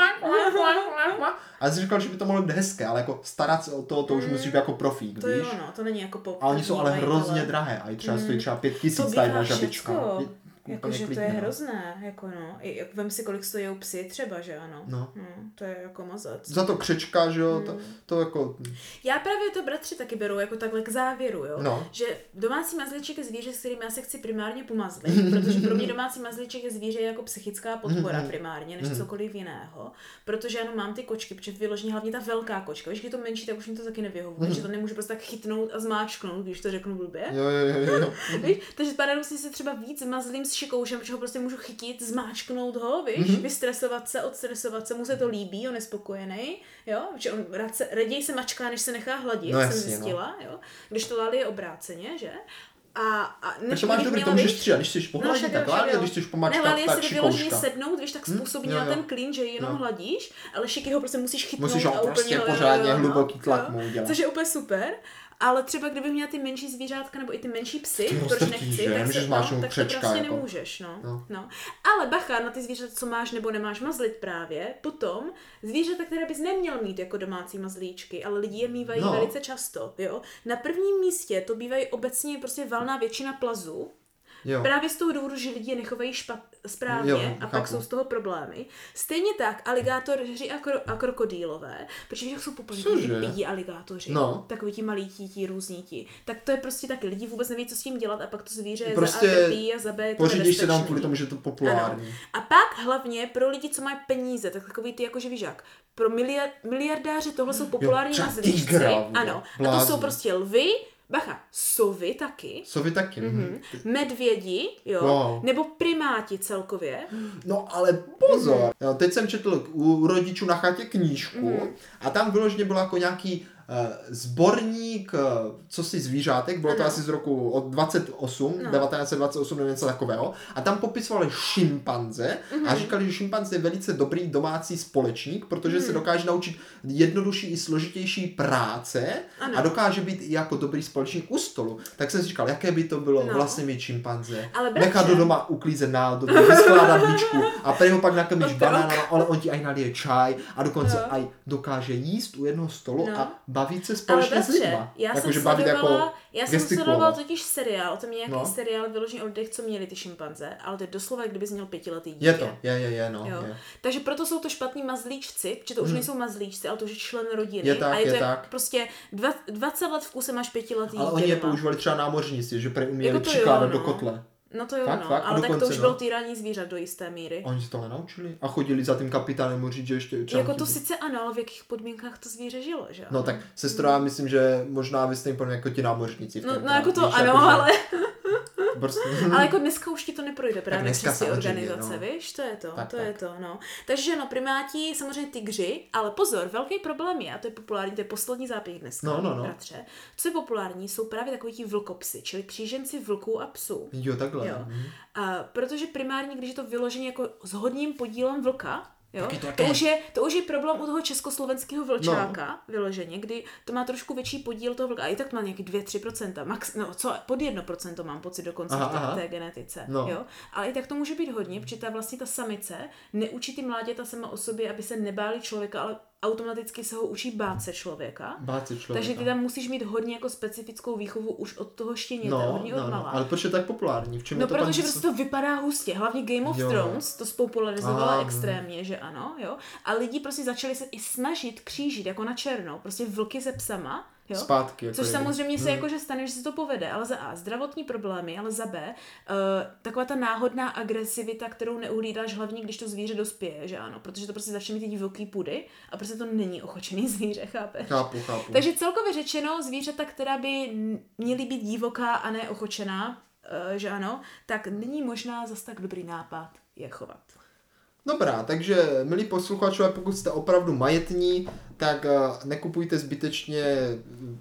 A já jsem říkal, že by to mohlo být hezké, ale jako starat se o to, to už musíš být jako profík, To víš? jo, no, to není jako pop. A oni jsou ale hrozně drahé a i třeba stojí třeba pět To tisíc ta jedna bývá žabička. všecko. Je- Jakože úplně to je klidně, no. hrozné, jako no. I, jak, vem si, kolik stojí psy třeba, že ano. No. no to je jako mazec. Za to křečka, že jo, to, Hmm. to jako, Já právě to bratři taky beru jako takhle k závěru, jo. no. Že domácí mazlíček je zvíře, s kterým já se chci primárně pomazlit, protože pro mě domácí mazlíček je zvíře jako psychická podpora primárně, než cokoliv jiného. Protože ano, mám ty kočky, protože vyloženě hlavně ta velká kočka. Víš, když je to menší, tak už mi to taky nevyhovuje, že to nemůžu prostě tak chytnout a zmáčknout, když to řeknu blbě. Jo, jo, jo, jo. Víš? Takže paradoxně se třeba víc mazlím s šikoušem, protože ho prostě můžu chytit, zmáčknout ho, víš, mm-hmm. vystresovat se, odstresovat se, mu se to líbí, on je spokojený, jo, že on rád se, raději se mačká, než se nechá hladit, No jsem jasně, zjistila, jo, když to Lali je obráceně, že? A, a Tak to máš dobrý, to můžeš stříhat, když chceš pohladit, však tak jo, však Lali, a jo. když chceš Ne, pomačkat, Lali tak si jde vyloženě šikouška. sednout, víš, tak způsobí Jo, na jo. ten klín, že jenom Jo. hladíš, ale Šiky ho prostě musíš chytnout Musíš ho a prostě úplně pořádně jo, jo, hluboký tlak jo. mu udělat. Což je úplně super. Ale třeba kdybych měla ty menší zvířátka nebo i ty menší psy, To proč roztrtí, nechci, že? tak, Můžeš se, zmáčknout no, tak to křečka, prostě jako. nemůžeš. No. No. No. Ale bacha na ty zvířata, co máš nebo nemáš mazlit právě. Potom zvířata, které bys neměl mít jako domácí mazlíčky, ale lidi je mývají No. velice často. Jo? Na prvním místě to bývají obecně prostě valná většina plazů. Jo. Právě z toho důvodu, že lidi je nechovají špat, správně Jo, a pak chápu. jsou z toho problémy. Stejně tak aligátoři a, kro, a krokodýlové, protože jak jsou populární Cože? ty pidí aligátoři, No. takový ti malí tí, tí různí ti. Tak to je prostě taky, lidi vůbec neví, co s tím dělat a pak to zvíře Prostě za A trpí a za B je to Pořídíš se tam nebezpečný. kvůli tomu, že je to populární. Ano. A pak hlavně pro lidi, co mají peníze, tak takový ty jakože víš jak, pro miliard, miliardáři tohle jsou populární třeba mazlíčci. tygra, vole, Ano. A to blázni. jsou prostě lvy, bacha, sovy taky, Sovy taky. Mhm. medvědi, jo, Wow. nebo primáti celkově. No ale pozor, jo, teď jsem četl u rodičů na chatě knížku Mhm. a tam vyloženě byl jako nějaký uh, sborník, uh, co si zvířátek, bylo to Ano. asi z roku od dvacet osm, No. devatenáct set dvacet osm nebo něco takového a tam popisovali šimpanze Mhm. a říkali, že šimpanze je velice dobrý domácí společník, protože Mhm. se dokáže naučit jednodušší i složitější práce Ano. a dokáže být i jako dobrý společník u stolu. Tak jsem si říkal, jaké by to bylo No. vlastně mít šimpanze. Ale bratře- Nechat do doma uklízet nádoby, vyskládat míčku a prý ho pak nakrmíš Otrok. banánama, ale on ti aj nalije čaj a dokonce No. aj dokáže jíst u jednoho stolu No. a bavit se Ale společně s bratře, lidma. já Jako, jsem že bavit sledovala, jako já jsem gestikulovat. sledovala totiž seriál, to je nějaký No. seriál vyložený o lidech, co měli ty šimpanze, ale to je doslova, jak kdybys měl pětiletý dítě. Je to, je, je, je, no. Jo. Je. Takže proto jsou to špatní mazlíčci, protože to už Mhm. nejsou mazlíčci, ale to už je člen rodiny. Je tak, a je, je to tak. Jak prostě dva, dvacet let v kuse máš pětiletý Ale dítě oni je doma. používali třeba námořníci, že prý uměli Jako to jo, přikládat no. do kotle. No to jo, Fakt, no, fakt, a ale tak to dokonce, už no. bylo týrání zvířat do jisté míry. Oni se tohle naučili a chodili za tím kapitánem mu říct, že ještě třeba Jako to chybí. sice ano, ale v jakých podmínkách to zvíře žilo, že? No tak sestro, já myslím, že možná vy jste jim jako ti námořníci. v No, tom no jako to víš, ano, jako, že ale, Prostě... ale jako dneska už ti to neprojde právě dneska přes ty samozřejmě, organizace, no. víš, to je to, Tak, to tak. je to, no. Takže no, primáti, samozřejmě tygři, ale pozor, velký problém je, a to je populární, to je poslední zápěch dneska, No, no, no. bratře. Co je populární, jsou právě takoví ti vlkopsi, čili kříženci vlků a psů. Jo, takhle. Jo. Mhm. A protože primárně, když je to vyloženě jako s hodným podílem vlka, jo, Tak je to to, také. už je, to už je problém u toho československého vlčáka, no. vyloženě, kdy to má trošku větší podíl toho vlka, a i tak má nějaký dva až tři procenta, max, no co, pod jedno procento mám pocit dokonce Aha, v té, aha. té genetice, No. jo, ale i tak to může být hodně, protože ta vlastně ta samice neučí ty mláďata sama o sobě, aby se nebáli člověka, ale automaticky se ho učí bát se člověka. Bát se člověka. Takže ty tam musíš mít hodně jako specifickou výchovu už od toho štěněte, no, hodně no, od no, malá. ale proč je tak populární? V čem No, je to protože pak... prostě to vypadá hustě. Hlavně Game of Jo. Thrones to spopularizovala Aha, extrémně, že ano, jo. A lidi prostě začali se i snažit křížit jako na černo, prostě vlky se psama, jo. Zpátky. Jako Což je. samozřejmě se Hmm. jakože stane, že se to povede, ale za A zdravotní problémy, ale za B uh, taková ta náhodná agresivita, kterou neuhlídáš hlavně, když to zvíře dospěje, že ano, protože to prostě začne mít ty divoký pudy a prostě to není ochočený zvíře, chápeš? Chápu, chápu. Takže celkově řečeno, zvířata, která by n- měly být divoká a ne ochočená, uh, že ano, tak není možná zas tak dobrý nápad je chovat. Dobrá, takže milí posluchačové, pokud jste opravdu majetní, tak uh, nekupujte zbytečně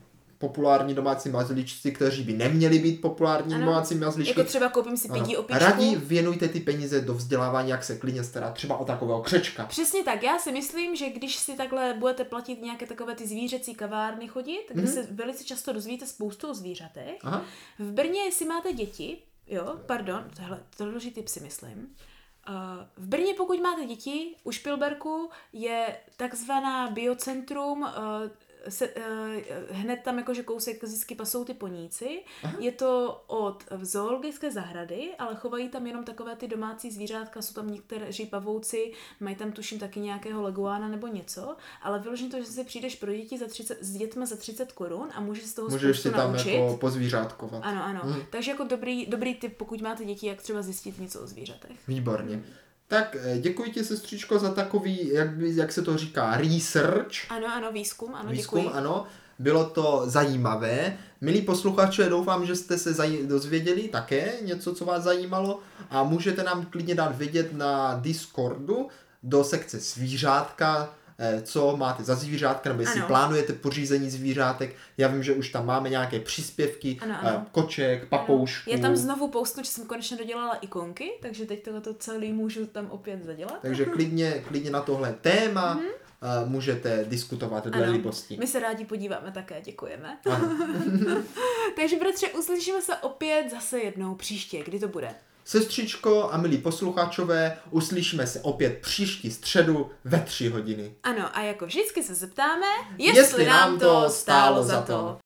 populární domácí mazlíčci, kteří by neměli být populární ano. domácí mazlíčky. Jako třeba koupím si pidí opičku. Radí věnujte ty peníze do vzdělávání, jak se klidně stará třeba o takového křečka. Přesně tak, já si myslím, že když si takhle budete platit nějaké takové ty zvířecí kavárny chodit, kde mm-hmm. se velice často dozvíte spoustu o zvířatech. Aha. V Brně, jestli máte děti, jo, pardon, tohle, to důležitý tip si myslím. Uh, v Brně, pokud máte děti, u Špilberku je takzvaná biocentrum, uh, se, uh, hned tam jakože kousek vždycky pasou ty poníci. Aha. Je to od zoologické zahrady, ale chovají tam jenom takové ty domácí zvířátka, jsou tam někteří pavouci, mají tam tuším taky nějakého leguána nebo něco, ale vyloženě to, že si přijdeš pro děti za třicet, s dětma za třicet korun a můžeš z toho můžeš spoustu si tam naučit. Jako pozvířátkovat. Ano, ano. Hmm. Takže jako dobrý, dobrý tip, pokud máte děti, jak třeba zjistit něco o zvířatech. Výborně. Tak děkuji ti, sestřičko, za takový, jak, jak se to říká, research. Ano, ano, výzkum, ano, výzkum, děkuji. ano. Bylo to zajímavé. Milí posluchače, doufám, že jste se zaj- dozvěděli také něco, co vás zajímalo a můžete nám klidně dát vědět na Discordu do sekce zvířátka, co máte za zvířátka, nebo jestli ano. plánujete pořízení zvířátek. Já vím, že už tam máme nějaké příspěvky, ano, ano. koček, papoušku. Já tam znovu postnu, že jsem konečně dodělala ikonky, takže teď tohleto celý můžu tam opět zadělat. Takže klidně, klidně na tohle téma mm-hmm. můžete diskutovat dle libosti. My se rádi podíváme také, děkujeme. Takže bratře, uslyšíme se opět zase jednou příště. Kdy to bude? Sestřičko a milí posluchačové, uslyšíme se opět příští středu ve tři hodiny. Ano, a jako vždycky se zeptáme, jestli, jestli nám to stálo za to.